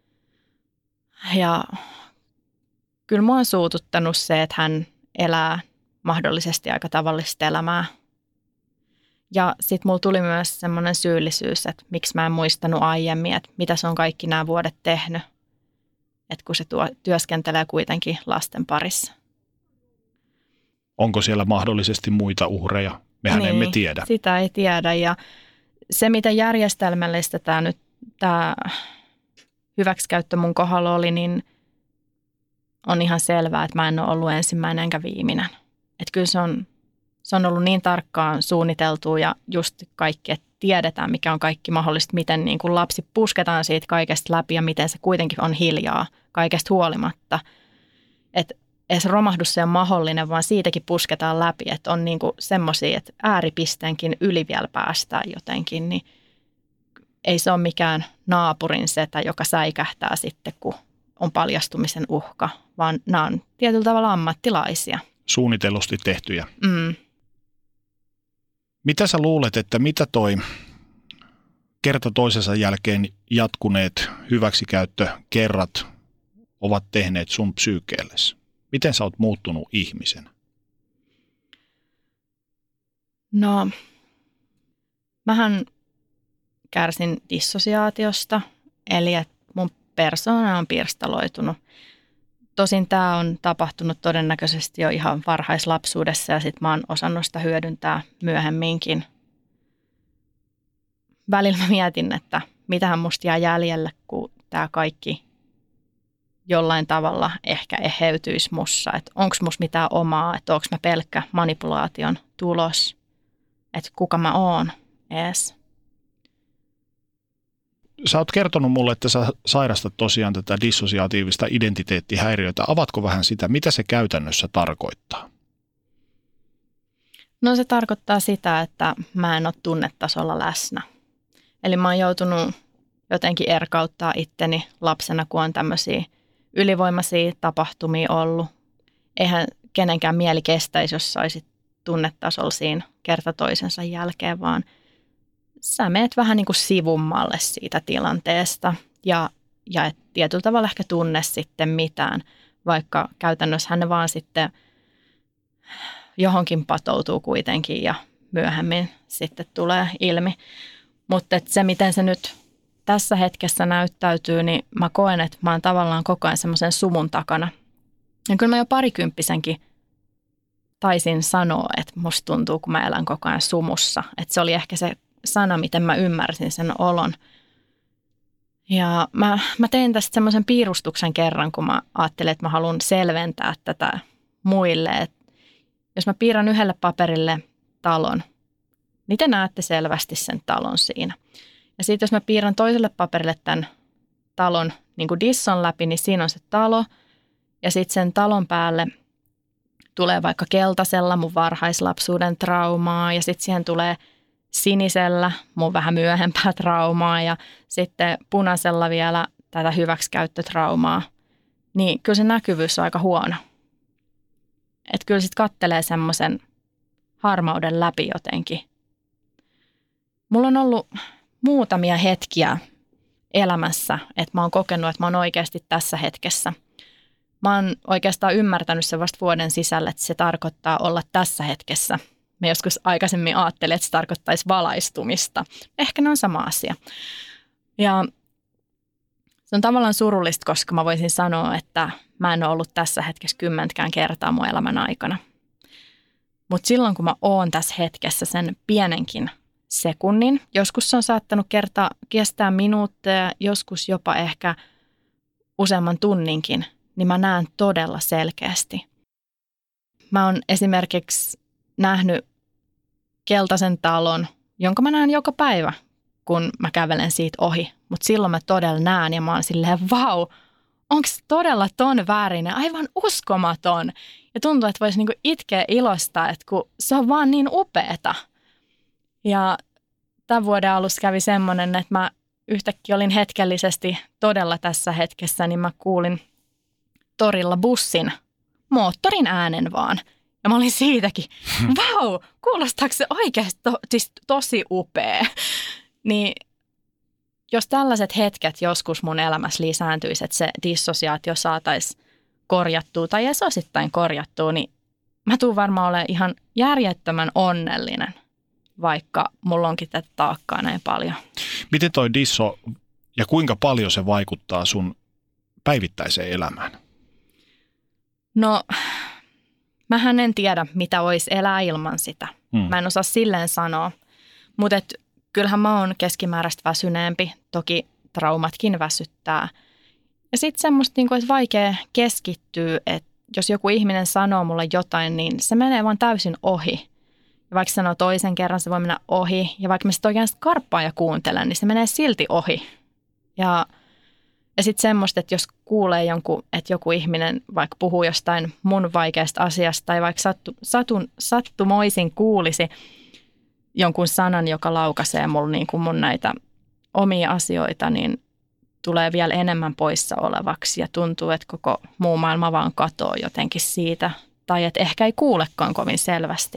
Ja kyllä mua on suututtanut se, että hän elää mahdollisesti aika tavallista elämää. Ja sitten mulla tuli myös semmoinen syyllisyys, että miksi mä en muistanut aiemmin, että mitä se on kaikki nämä vuodet tehnyt. Että kun se työskentelee kuitenkin lasten parissa. Onko siellä mahdollisesti muita uhreja? Mehän emme tiedä. Sitä ei tiedä. Ja se, mitä järjestelmällistä tämä hyväksikäyttö mun kohdalla oli, niin on ihan selvää, että mä en ole ollut ensimmäinen enkä viimeinen. Että kyllä se on ollut niin tarkkaan suunniteltu ja just kaikki, että tiedetään, mikä on kaikki mahdollista, miten niin kuin lapsi pusketaan siitä kaikesta läpi ja miten se kuitenkin on hiljaa kaikesta huolimatta. Että edes romahdus ei ole mahdollinen, vaan siitäkin pusketaan läpi, että on niin kuin semmoisia, että ääripisteenkin yli vielä päästään jotenkin, niin ei se ole mikään naapurin setä, joka säikähtää sitten, kun on paljastumisen uhka, vaan nämä on tietyllä tavalla ammattilaisia. Suunnitellusti tehtyjä. Mitä sä luulet, että mitä toi kerta toisensa jälkeen jatkuneet hyväksikäyttökerrat ovat tehneet sun psyykeellesi? Miten sä oot muuttunut ihmisenä? No, mähän kärsin dissosiaatiosta, eli että mun persoona on pirstaloitunut. Tosin tämä on tapahtunut todennäköisesti jo ihan varhaislapsuudessa ja sitten mä oon osannut sitä hyödyntää myöhemminkin. Välillä mä mietin, että mitähän musta jää jäljelle, kun tämä kaikki jollain tavalla ehkä eheytyisi mussa. Että onko musta mitään omaa, että onko mä pelkkä manipulaation tulos, että kuka mä oon ees. Sä oot kertonut mulle, että sä sairastat tosiaan tätä dissosiaatiivista identiteettihäiriötä. Avatko vähän sitä, mitä se käytännössä tarkoittaa? No se tarkoittaa sitä, että mä en ole tunnetasolla läsnä. Eli mä oon joutunut jotenkin erkauttaa itteni lapsena, kun on tämmöisiä ylivoimaisia tapahtumia ollut. Eihän kenenkään mieli kestäisi, jos saisit tunnetasolla siinä kerta toisensa jälkeen, vaan sä meet vähän niin kuin sivummalle siitä tilanteesta ja et tietyllä tavalla ehkä tunne sitten mitään, vaikka käytännössä ne vaan sitten johonkin patoutuu kuitenkin ja myöhemmin sitten tulee ilmi. Mutta se, miten se nyt tässä hetkessä näyttäytyy, niin mä koen, että mä oon tavallaan koko ajan semmoisen sumun takana. Ja kyllä mä jo parikymppisenkin taisin sanoa, että musta tuntuu, kun mä elän koko ajan sumussa. Että se oli ehkä se sana, miten mä ymmärsin sen olon. Ja mä tein tästä semmoisen piirustuksen kerran, kun mä ajattelin, että mä haluan selventää tätä muille. Että jos mä piirrän yhdelle paperille talon, niin te näette selvästi sen talon siinä. Ja sitten jos mä piirrän toiselle paperille tämän talon niin kuin disson läpi, niin siinä on se talo. Ja sitten sen talon päälle tulee vaikka keltaisella mun varhaislapsuuden traumaa ja sitten siihen tulee sinisellä mun vähän myöhempää traumaa ja sitten punaisella vielä tätä hyväksikäyttötraumaa. Niin kyllä se näkyvyys on aika huono. Että kyllä sitten kattelee semmoisen harmauden läpi jotenkin. Mulla on ollut muutamia hetkiä elämässä, että mä oon kokenut, että mä oon oikeasti tässä hetkessä. Mä oon oikeastaan ymmärtänyt sen vasta vuoden sisällä, että se tarkoittaa olla tässä hetkessä. Mä joskus aikaisemmin ajattelin, että se tarkoittaisi valaistumista. Ehkä ne on sama asia. Ja se on tavallaan surullista, koska mä voisin sanoa, että mä en ole ollut tässä hetkessä 10 kertaa mun elämän aikana. Mutta silloin, kun mä oon tässä hetkessä sen pienenkin sekunnin, joskus se on saattanut kestää minuutteja, joskus jopa ehkä useamman tunninkin, niin mä näen todella selkeästi. Mä oon esimerkiksi nähnyt keltaisen talon, jonka mä näen joka päivä, kun mä kävelen siitä ohi. Mutta silloin mä todella näen ja mä oon silleen, vau, onko todella ton värinen? Aivan uskomaton. Ja tuntuu, että voisi niinku itkeä ilosta, että kun se on vaan niin upeeta. Ja tämän vuoden alussa kävi semmoinen, että mä yhtäkkiä olin hetkellisesti todella tässä hetkessä, niin mä kuulin torilla bussin moottorin äänen vaan. Ja mä olin siitäkin, vau, kuulostaako se oikeasti siis tosi upea. Niin jos tällaiset hetket joskus mun elämässä lisääntyisi, että se dissosiaatio saataisiin korjattua tai edes osittain korjattua, niin mä tuun varmaan olemaan ihan järjettömän onnellinen, vaikka mulla onkin tätä taakkaa näin paljon. Miten toi disso ja kuinka paljon se vaikuttaa sun päivittäiseen elämään? No, mähän en tiedä, mitä olisi elää ilman sitä. Mä en osaa silleen sanoa, mutta kyllähän mä oon keskimääräistä väsyneempi. Toki traumatkin väsyttää. Ja sitten semmoista, että vaikea keskittyä, että jos joku ihminen sanoo mulle jotain, niin se menee vaan täysin ohi. Ja vaikka sanoo toisen kerran, se voi mennä ohi. Ja vaikka mä sitten oikein karppaan ja kuuntelen, niin se menee silti ohi. Ja sitten semmoista, että jos kuulee että joku ihminen vaikka puhuu jostain mun vaikeasta asiasta tai vaikka sattumoisin kuulisi jonkun sanan, joka laukaisee mulle niin kuin mun näitä omia asioita, niin tulee vielä enemmän poissa olevaksi ja tuntuu, että koko muu maailma vaan katoo jotenkin siitä tai että ehkä ei kuulekaan kovin selvästi.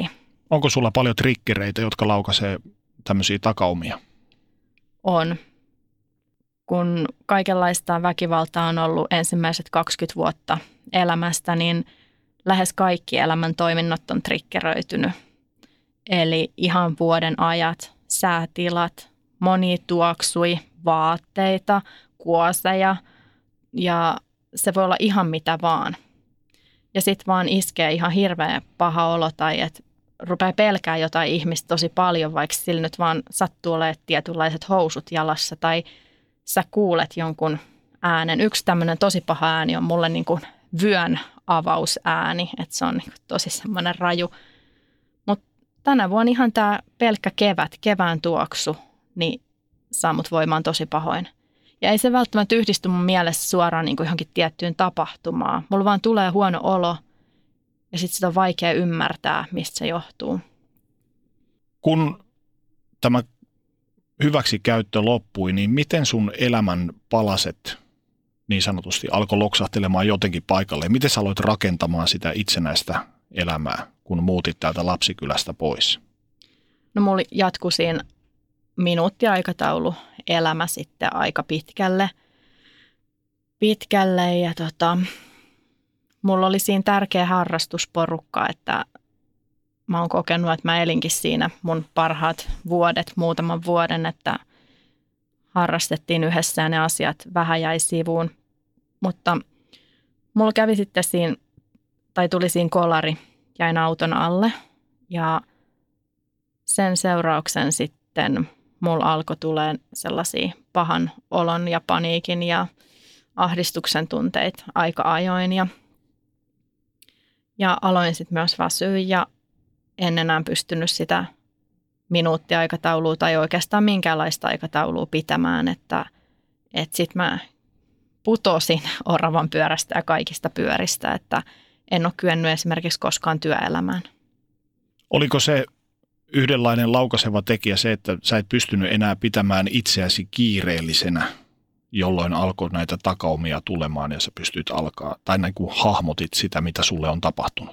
Onko sulla paljon triggereitä, jotka laukaisee tämmöisiä takaumia? On. Kun kaikenlaista väkivaltaa on ollut ensimmäiset 20 vuotta elämästä, niin lähes kaikki elämän toiminnot on triggeröitynyt. Eli ihan vuoden ajat, säätilat, monia tuoksui, vaatteita, kuoseja ja se voi olla ihan mitä vaan. Ja sitten vaan iskee ihan hirveä paha olo tai että rupeaa pelkää jotain ihmistä tosi paljon, vaikka sillä nyt vaan sattuu olemaan tietynlaiset housut jalassa tai sä kuulet jonkun äänen. Yksi tämmöinen tosi paha ääni on mulle niin kuin vyön avausääni, että se on niin kuin tosi semmoinen raju. Mutta tänä vuonna ihan tämä pelkkä kevään tuoksu, niin saa mut voimaan tosi pahoin. Ja ei se välttämättä yhdisty mun mielessä suoraan niin kuin johonkin tiettyyn tapahtumaan. Mulla vaan tulee huono olo ja sitten sitä on vaikea ymmärtää, mistä se johtuu. Kun tämä hyväksikäyttö loppui, niin miten sun elämän palaset niin sanotusti alkoi loksahtelemaan jotenkin paikalle? Miten sä aloit rakentamaan sitä itsenäistä elämää, kun muutit täältä Lapsikylästä pois? No mulla jatkui siinä minuuttiaikataulu elämä sitten aika pitkälle ja mulla oli siinä tärkeä harrastusporukka, että mä oon kokenut, että mä elinkin siinä mun parhaat vuodet, muutaman vuoden, että harrastettiin yhdessä ja ne asiat vähän jäi sivuun. Mutta mulla kävi sitten siinä, tai tuli siinä kolari, jäin auton alle ja sen seurauksen sitten mulla alkoi tulemaan sellaisia pahan olon ja paniikin ja ahdistuksen tunteita aika ajoin ja aloin sitten myös väsyä ja en enää pystynyt sitä minuuttiaikataulua tai oikeastaan minkäänlaista aikataulua pitämään, että sitten mä putosin oravan pyörästä ja kaikista pyöristä, että en ole kyennyt esimerkiksi koskaan työelämään. Oliko se yhdenlainen laukaiseva tekijä se, että sä et pystynyt enää pitämään itseäsi kiireellisenä, jolloin alkoi näitä takaumia tulemaan ja sä pystyt alkaa, tai niin kuin hahmotit sitä, mitä sulle on tapahtunut?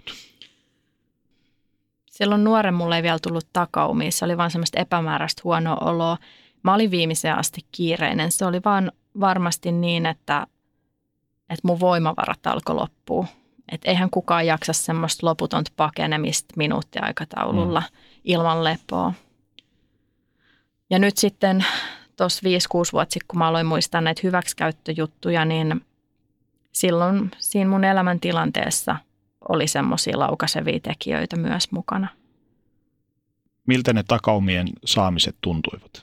Silloin nuoren mulle ei vielä tullut takaumia, se oli vaan semmoista epämääräistä huonoa oloa. Mä olin viimeiseen asti kiireinen, se oli vaan varmasti niin, että mun voimavarat alkoi loppua. Että eihän kukaan jaksa semmoista loputonta pakenemista minuuttiaikataululla ilman lepoa. Ja nyt sitten tuossa 5-6 vuotta sitten, kun mä aloin muistaa näitä hyväksikäyttöjuttuja, niin silloin siinä mun elämäntilanteessa oli semmoisia laukaisevia tekijöitä myös mukana. Miltä ne takaumien saamiset tuntuivat?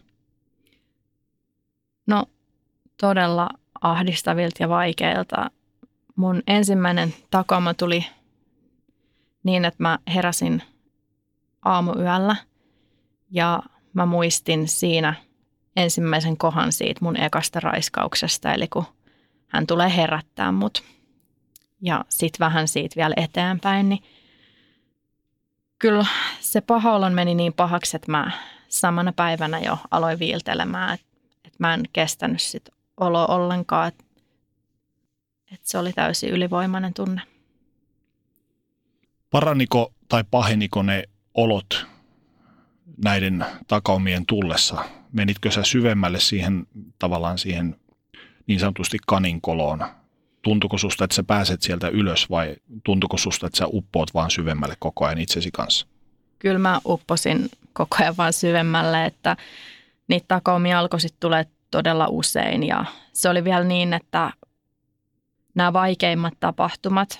No todella ahdistavilta ja vaikeilta. Mun ensimmäinen takauma tuli niin, että mä heräsin aamuyöllä ja mä muistin siinä ensimmäisen kohan siitä mun ekasta raiskauksesta, eli kun hän tulee herättää mut. Ja sitten vähän siitä vielä eteenpäin, niin kyllä se paha olo meni niin pahaksi, että mä samana päivänä jo aloin viiltelemään, että mä en kestänyt sit oloa ollenkaan, että se oli täysin ylivoimainen tunne. Paraniko tai paheniko ne olot näiden takaumien tullessa? Menitkö sä syvemmälle siihen tavallaan siihen niin sanotusti kaninkoloon? Tuntuiko susta, että sä pääset sieltä ylös vai tuntuiko susta, että sä uppoat vaan syvemmälle koko ajan itsesi kanssa? Kyllä mä upposin koko ajan vaan syvemmälle, että niitä takaumia alkoi sitten tulee todella usein ja se oli vielä niin, että nämä vaikeimmat tapahtumat,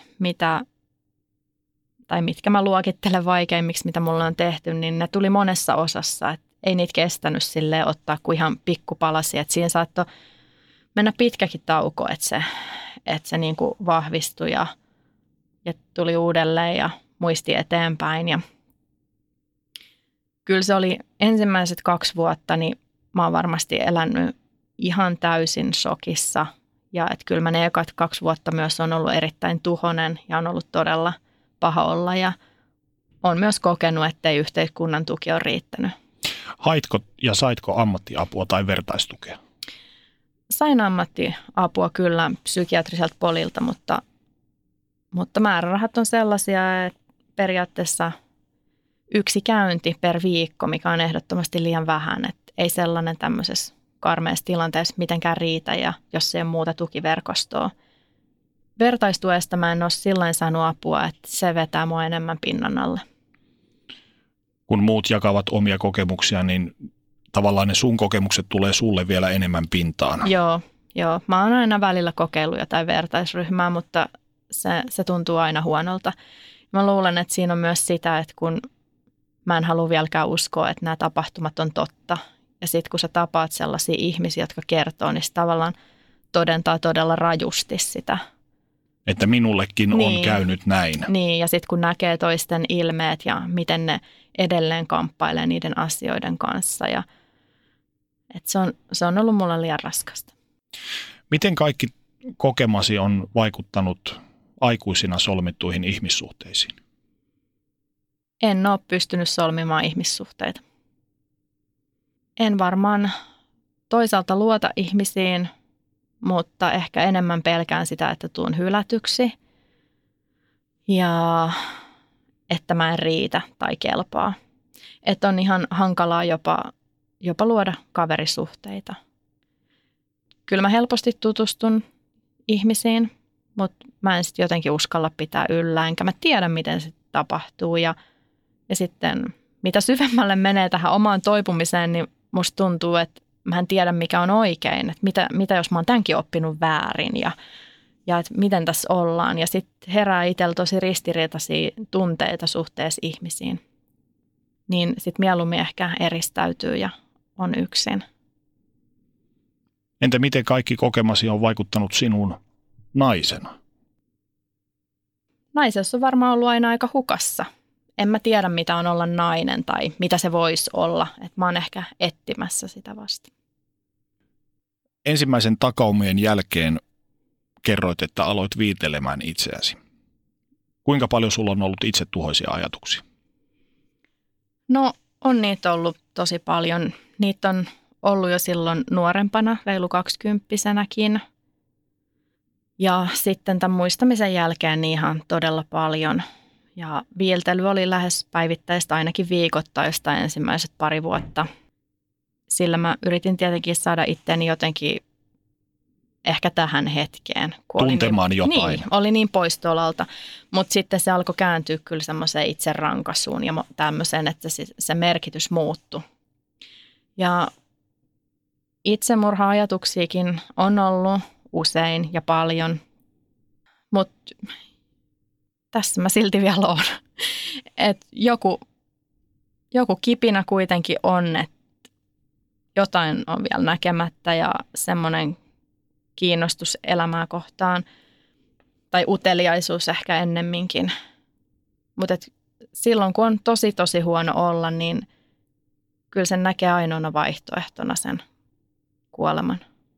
mitkä mä luokittelen vaikeimmiksi, mitä mulla on tehty, niin ne tuli monessa osassa. Et ei niitä kestänyt silleen ottaa kuin ihan pikkupalasia. Et siinä saattoi mennä pitkäkin tauko, että se niin kuin vahvistui ja tuli uudelleen ja muisti eteenpäin. Ja kyllä se oli ensimmäiset 2 vuotta, niin mä oon varmasti elänyt ihan täysin shokissa. Ja että kyllä mä ne ekat 2 vuotta myös on ollut erittäin tuhoinen ja on ollut todella paha olla. Ja on myös kokenut, ettei yhteiskunnan tuki ole riittänyt. Haitko ja saitko ammattiapua tai vertaistukea? Sain ammattiapua kyllä psykiatriselta polilta, mutta määrärahat on sellaisia, että periaatteessa 1 käynti per viikko, mikä on ehdottomasti liian vähän. Et ei sellainen tämmöisessä karmeassa tilanteessa mitenkään riitä, ja jos ei ole muuta tukiverkostoa. Vertaistuesta mä en ole silloin saanut apua, että se vetää mua enemmän pinnan alle. Kun muut jakavat omia kokemuksia, niin tavallaan ne sun kokemukset tulee sulle vielä enemmän pintaan. Joo. Mä oon aina välillä kokeillut jotain vertaisryhmää, mutta se tuntuu aina huonolta. Mä luulen, että siinä on myös sitä, että kun mä en halua vieläkään uskoa, että nämä tapahtumat on totta. Ja sitten kun sä tapaat sellaisia ihmisiä, jotka kertoo, niin se tavallaan todentaa todella rajusti sitä. Että minullekin on käynyt näin. Niin, ja sitten kun näkee toisten ilmeet ja miten ne edelleen kamppailee niiden asioiden kanssa. Ja, se on ollut mulle liian raskasta. Miten kaikki kokemasi on vaikuttanut aikuisina solmittuihin ihmissuhteisiin? En ole pystynyt solmimaan ihmissuhteita. En varmaan toisaalta luota ihmisiin, mutta ehkä enemmän pelkään sitä, että tuun hylätyksi ja että mä en riitä tai kelpaa. Että on ihan hankalaa jopa luoda kaverisuhteita. Kyllä mä helposti tutustun ihmisiin, mutta mä en sitten jotenkin uskalla pitää yllä, enkä mä tiedä, miten se tapahtuu. Ja sitten mitä syvemmälle menee tähän omaan toipumiseen, niin musta tuntuu, että mä en tiedä, mikä on oikein. Että mitä jos mä oon tämänkin oppinut väärin ja että miten tässä ollaan. Ja sitten herää itsellä tosi ristiriitaisia tunteita suhteessa ihmisiin. Niin sitten mieluummin ehkä eristäytyy ja on yksin. Entä miten kaikki kokemasi on vaikuttanut sinuun naisena? Naisessa on varmaan ollut aina aika hukassa. En mä tiedä, mitä on olla nainen tai mitä se voisi olla. Että mä oon ehkä etsimässä sitä vasta. Ensimmäisen takaumien jälkeen kerroit, että aloit viitelemään itseäsi. Kuinka paljon sulla on ollut itsetuhoisia ajatuksia? No, on niitä ollut tosi paljon. Niitä on ollut jo silloin nuorempana, reilu 20-vuotiaanakin. Ja sitten tämän muistamisen jälkeen niin ihan todella paljon. Ja viiltely oli lähes päivittäistä ainakin viikoittaista ensimmäiset 2 vuotta. Sillä mä yritin tietenkin saada itseäni jotenkin ehkä tähän hetkeen. Tuntemaan jotain. Niin, oli niin poistolalta. Mutta sitten se alkoi kääntyä kyllä semmoiseen itserankaisuun ja tämmöiseen, että se merkitys muuttui. Ja itsemurha-ajatuksiakin on ollut usein ja paljon, mutta tässä mä silti vielä oon. Et joku kipinä kuitenkin on, että jotain on vielä näkemättä ja semmoinen kiinnostus elämää kohtaan tai uteliaisuus ehkä ennemminkin. Mutta silloin kun on tosi huono olla, niin kyllä sen näkee ainoana vaihtoehtona sen kuoleman.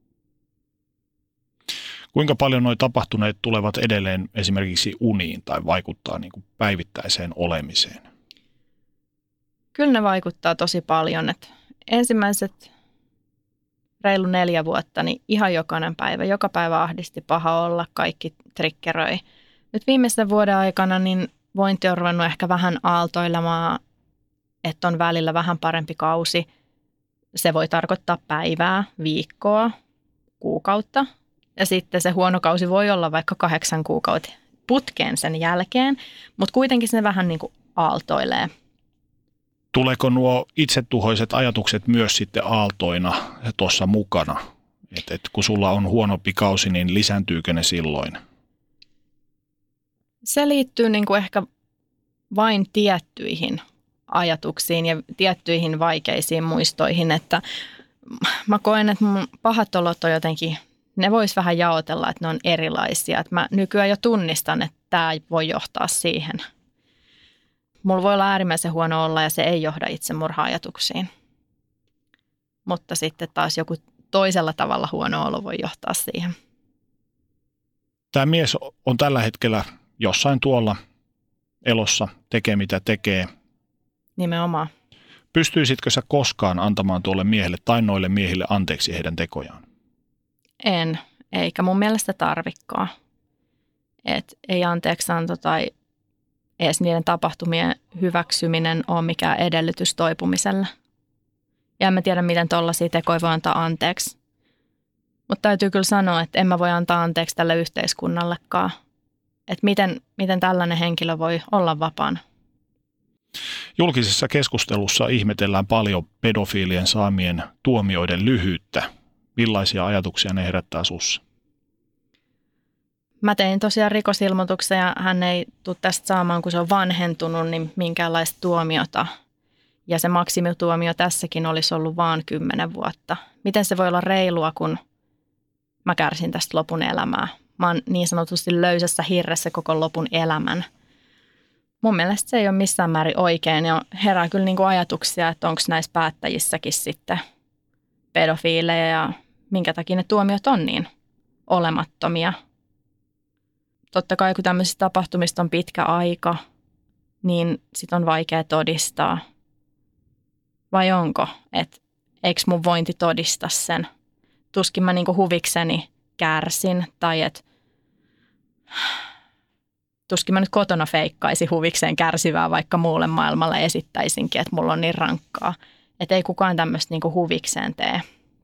Kuinka paljon nuo tapahtuneet tulevat edelleen esimerkiksi uniin tai vaikuttaa niin kuin päivittäiseen olemiseen? Kyllä ne vaikuttaa tosi paljon. Et ensimmäiset reilu 4 vuotta, niin ihan joka päivä ahdisti paha olla, kaikki triggeröi. Nyt viimeisen vuoden aikana niin vointi on ruvennut ehkä vähän aaltoilemaan, että on välillä vähän parempi kausi. Se voi tarkoittaa päivää, viikkoa, kuukautta. Ja sitten se huono kausi voi olla vaikka 8 kuukautta putkeen sen jälkeen, mutta kuitenkin se vähän niin kuin aaltoilee. Tuleeko nuo itsetuhoiset ajatukset myös sitten aaltoina tuossa mukana? Et kun sulla on huonompi kausi, niin lisääntyykö ne silloin? Se liittyy niin kuin ehkä vain tiettyihin ajatuksiin ja tiettyihin vaikeisiin muistoihin, että mä koen, että mun pahat olot on jotenkin, ne vois vähän jaotella, että ne on erilaisia. Että mä nykyään jo tunnistan, että tämä voi johtaa siihen. Mulla voi olla äärimmäisen huono olla ja se ei johda itsemurha-ajatuksiin. Mutta sitten taas joku toisella tavalla huono olo voi johtaa siihen. Tämä mies on tällä hetkellä jossain tuolla elossa, tekee mitä tekee. Nimenomaan. Pystyisitkö sä koskaan antamaan tuolle miehelle tai noille miehille anteeksi heidän tekojaan? En, eikä mun mielestä tarvikaan. Et ei anteeksianto tai edes niiden tapahtumien hyväksyminen ole mikään edellytys toipumiselle. Ja en mä tiedä, miten tollaisia tekoja voi antaa anteeksi. Mutta täytyy kyllä sanoa, että en mä voi antaa anteeksi tälle yhteiskunnallekaan. Että miten tällainen henkilö voi olla vapaana. Julkisessa keskustelussa ihmetellään paljon pedofiilien saamien tuomioiden lyhyyttä. Millaisia ajatuksia ne herättää sussa? Mä tein tosiaan rikosilmoituksen ja hän ei tule tästä saamaan, kun se on vanhentunut, niin minkäänlaista tuomiota. Ja se maksimituomio tässäkin olisi ollut vaan 10 vuotta. Miten se voi olla reilua, kun mä kärsin tästä lopun elämää? Mä oon niin sanotusti löysässä hirressä koko lopun elämän. Mun mielestä se ei ole missään määrin oikein ja herää kyllä niin kuin ajatuksia, että onko näissä päättäjissäkin sitten pedofiileja ja minkä takia ne tuomiot on niin olemattomia. Totta kai kun tämmöisistä tapahtumista on pitkä aika, niin sit on vaikea todistaa. Vai onko, että eikö mun vointi todista sen? Tuskin mä niinku huvikseni kärsin tai että tuskin mä nyt kotona feikkaisin huvikseen kärsivää, vaikka muulle maailmalle esittäisinkin, että mulla on niin rankkaa. Että ei kukaan tämmöistä niinku huvikseen tee.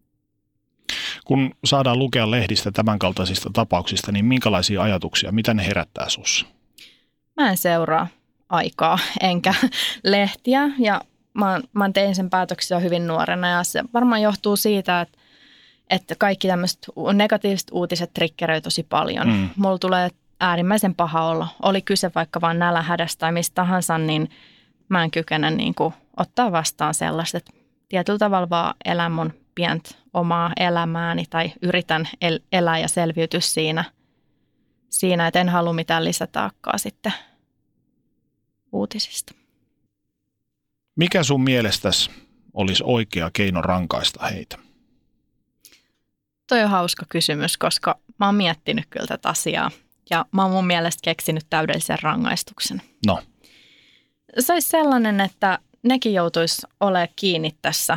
Kun saadaan lukea lehdistä tämänkaltaisista tapauksista, niin minkälaisia ajatuksia, mitä ne herättää sussa? Mä en seuraa aikaa enkä lehtiä ja mä tein sen päätöksiä hyvin nuorena ja se varmaan johtuu siitä, että kaikki tämmöiset negatiiviset uutiset triggeröi tosi paljon. Mulla tulee äärimmäisen paha olo. Oli kyse vaikka vaan nälänhädästä tai mistä tahansa, niin mä en kykene niin kuin ottaa vastaan sellaista, että tietyllä tavalla vaan elän mun pientä omaa elämääni tai yritän elää ja selviytyä siinä, että en halua mitään lisätaakkaa sitten uutisista. Mikä sun mielestäsi olisi oikea keino rankaista heitä? Toi on hauska kysymys, koska mä oon miettinyt kyllä tätä asiaa ja mä oon mun mielestä keksinyt täydellisen rangaistuksen. No. Se olisi sellainen, että nekin joutuisi olemaan kiinni tässä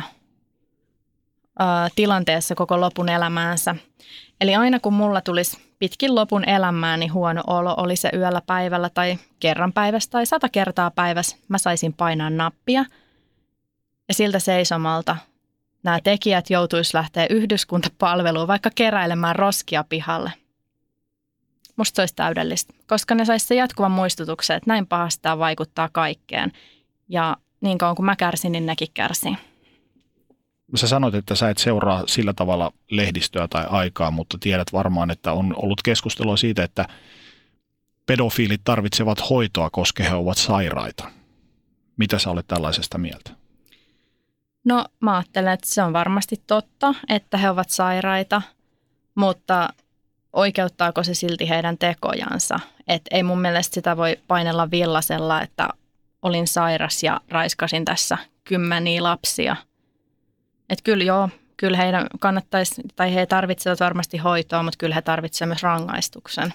tilanteessa koko lopun elämäänsä. Eli aina kun mulla tulisi pitkin lopun elämääni huono olo, oli se yöllä, päivällä tai kerran päivässä tai 100 kertaa päivässä, mä saisin painaa nappia. Ja siltä seisomalta nämä tekijät joutuisi lähteä yhdyskuntapalveluun vaikka keräilemään roskia pihalle. Musta se olisi täydellistä, koska ne saisi se jatkuvan muistutuksen, että näin pahasti tämä vaikuttaa kaikkeen. Ja niin kauan kuin mä kärsin, niin nekin kärsii. Sä sanoit, että sä et seuraa sillä tavalla lehdistöä tai aikaa, mutta tiedät varmaan, että on ollut keskustelua siitä, että pedofiilit tarvitsevat hoitoa, koska he ovat sairaita. Mitä sä olet tällaisesta mieltä? No mä ajattelen, että se on varmasti totta, että he ovat sairaita, mutta oikeuttaako se silti heidän tekojansa? Että ei mun mielestä sitä voi painella villasella, että olin sairas ja raiskasin tässä 10 lapsia. Että kyllä heidän kannattaisi, tai he tarvitsevat varmasti hoitoa, mutta kyllä he tarvitsevat myös rangaistuksen.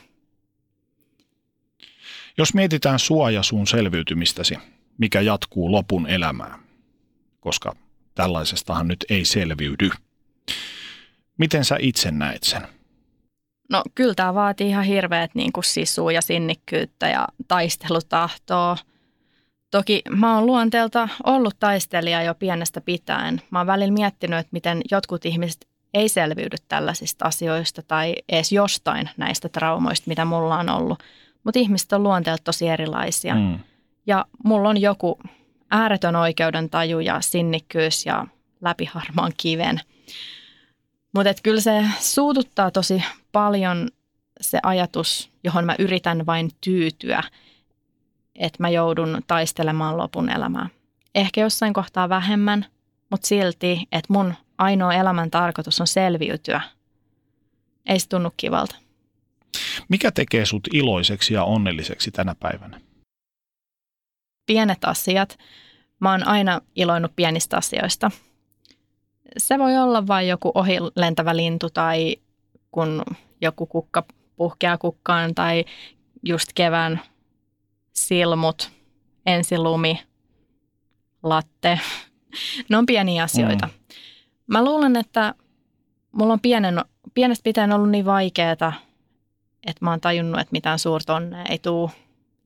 Jos mietitään sua ja sun selviytymistäsi, mikä jatkuu lopun elämää, koska tällaisestahan nyt ei selviydy. Miten sä itse näet sen? No kyllä tämä vaatii ihan hirveät niin kuin sisua ja sinnikkyyttä ja taistelutahtoa. Toki mä oon luonteelta ollut taistelija jo pienestä pitäen. Mä oon välillä miettinyt, että miten jotkut ihmiset ei selviydy tällaisista asioista tai edes jostain näistä traumoista, mitä mulla on ollut. Mutta ihmiset on luonteelta tosi erilaisia. Ja mulla on joku ääretön oikeudentaju ja sinnikkyys ja läpiharmaan kiven. Mutta kyllä se suututtaa tosi paljon se ajatus, johon mä yritän vain tyytyä, että mä joudun taistelemaan lopun elämää. Ehkä jossain kohtaa vähemmän, mutta silti, että mun ainoa elämän tarkoitus on selviytyä. Ei se tunnu kivalta. Mikä tekee sut iloiseksi ja onnelliseksi tänä päivänä? Pienet asiat. Mä oon aina iloinut pienistä asioista. Se voi olla vain joku ohi lentävä lintu tai kun joku kukka puhkeaa kukkaan tai just kevään silmut, ensilumi, latte. Ne on pieniä asioita. Mä luulen, että mulla on pienestä pitäen ollut niin vaikeaa, että mä oon tajunnut, että mitään suurta onnea ei tule. Ja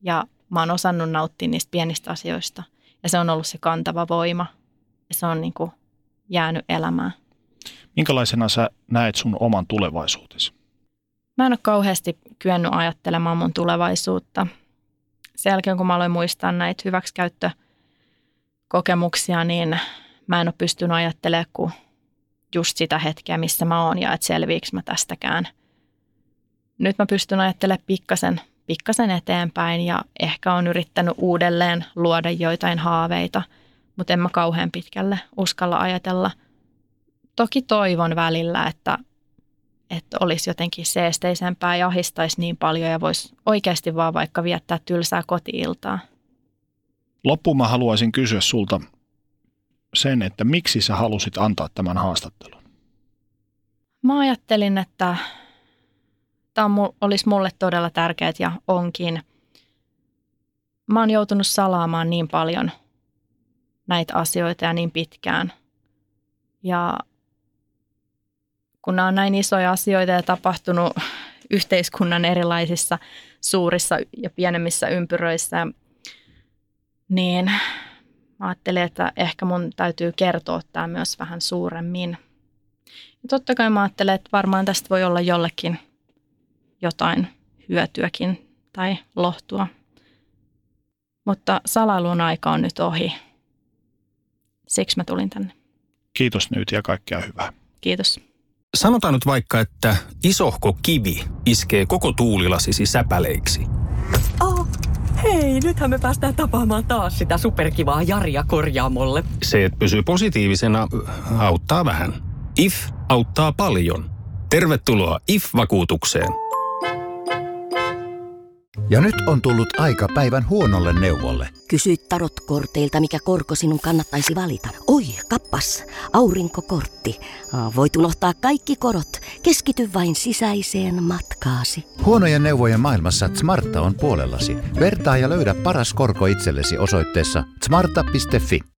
mä oon osannut nauttia niistä pienistä asioista. Ja se on ollut se kantava voima. Ja se on niin kuin jäänyt elämään. Minkälaisena sä näet sun oman tulevaisuutesi? Mä en ole kauheasti kyennyt ajattelemaan mun tulevaisuutta. Sen jälkeen, kun mä aloin muistaa näitä hyväksikäyttökokemuksia, niin mä en ole pystynyt ajattelemaan kuin just sitä hetkeä, missä mä oon ja että selviinkö mä tästäkään. Nyt mä pystyn ajattelemaan pikkasen eteenpäin ja ehkä on yrittänyt uudelleen luoda joitain haaveita, mutta en mä kauhean pitkälle uskalla ajatella. Toki toivon välillä, että olisi jotenkin seesteisempää ja ahistaisi niin paljon ja voisi oikeasti vaan vaikka viettää tylsää koti-iltaa. Loppuun mä haluaisin kysyä sulta sen, että miksi sä halusit antaa tämän haastattelun? Mä ajattelin, että tämä olisi mulle todella tärkeää ja onkin. Mä oon joutunut salaamaan niin paljon näitä asioita ja niin pitkään. Ja kun nämä on näin isoja asioita ja tapahtunut yhteiskunnan erilaisissa suurissa ja pienemmissä ympyröissä, niin mä ajattelin, että ehkä mun täytyy kertoa tämä myös vähän suuremmin. Ja totta kai mä ajattelen, että varmaan tästä voi olla jollekin jotain hyötyäkin tai lohtua. Mutta salailun aika on nyt ohi. Siksi mä tulin tänne. Kiitos nyt ja kaikkea hyvää. Kiitos. Sanotaan nyt vaikka, että isohko kivi iskee koko tuulilasisi säpäleiksi. Oh, hei, nythän me päästään tapaamaan taas sitä superkivaa Jaria korjaamolle. Se, että pysyy positiivisena, auttaa vähän. IF auttaa paljon. Tervetuloa IF-vakuutukseen. Ja nyt on tullut aika päivän huonolle neuvolle. Kysy tarotkorteilta, mikä korko sinun kannattaisi valita. Oi, kappas, aurinkokortti. Voit unohtaa kaikki korot. Keskity vain sisäiseen matkaasi. Huonojen neuvojen maailmassa Smarta on puolellasi. Vertaa ja löydä paras korko itsellesi osoitteessa smarta.fi.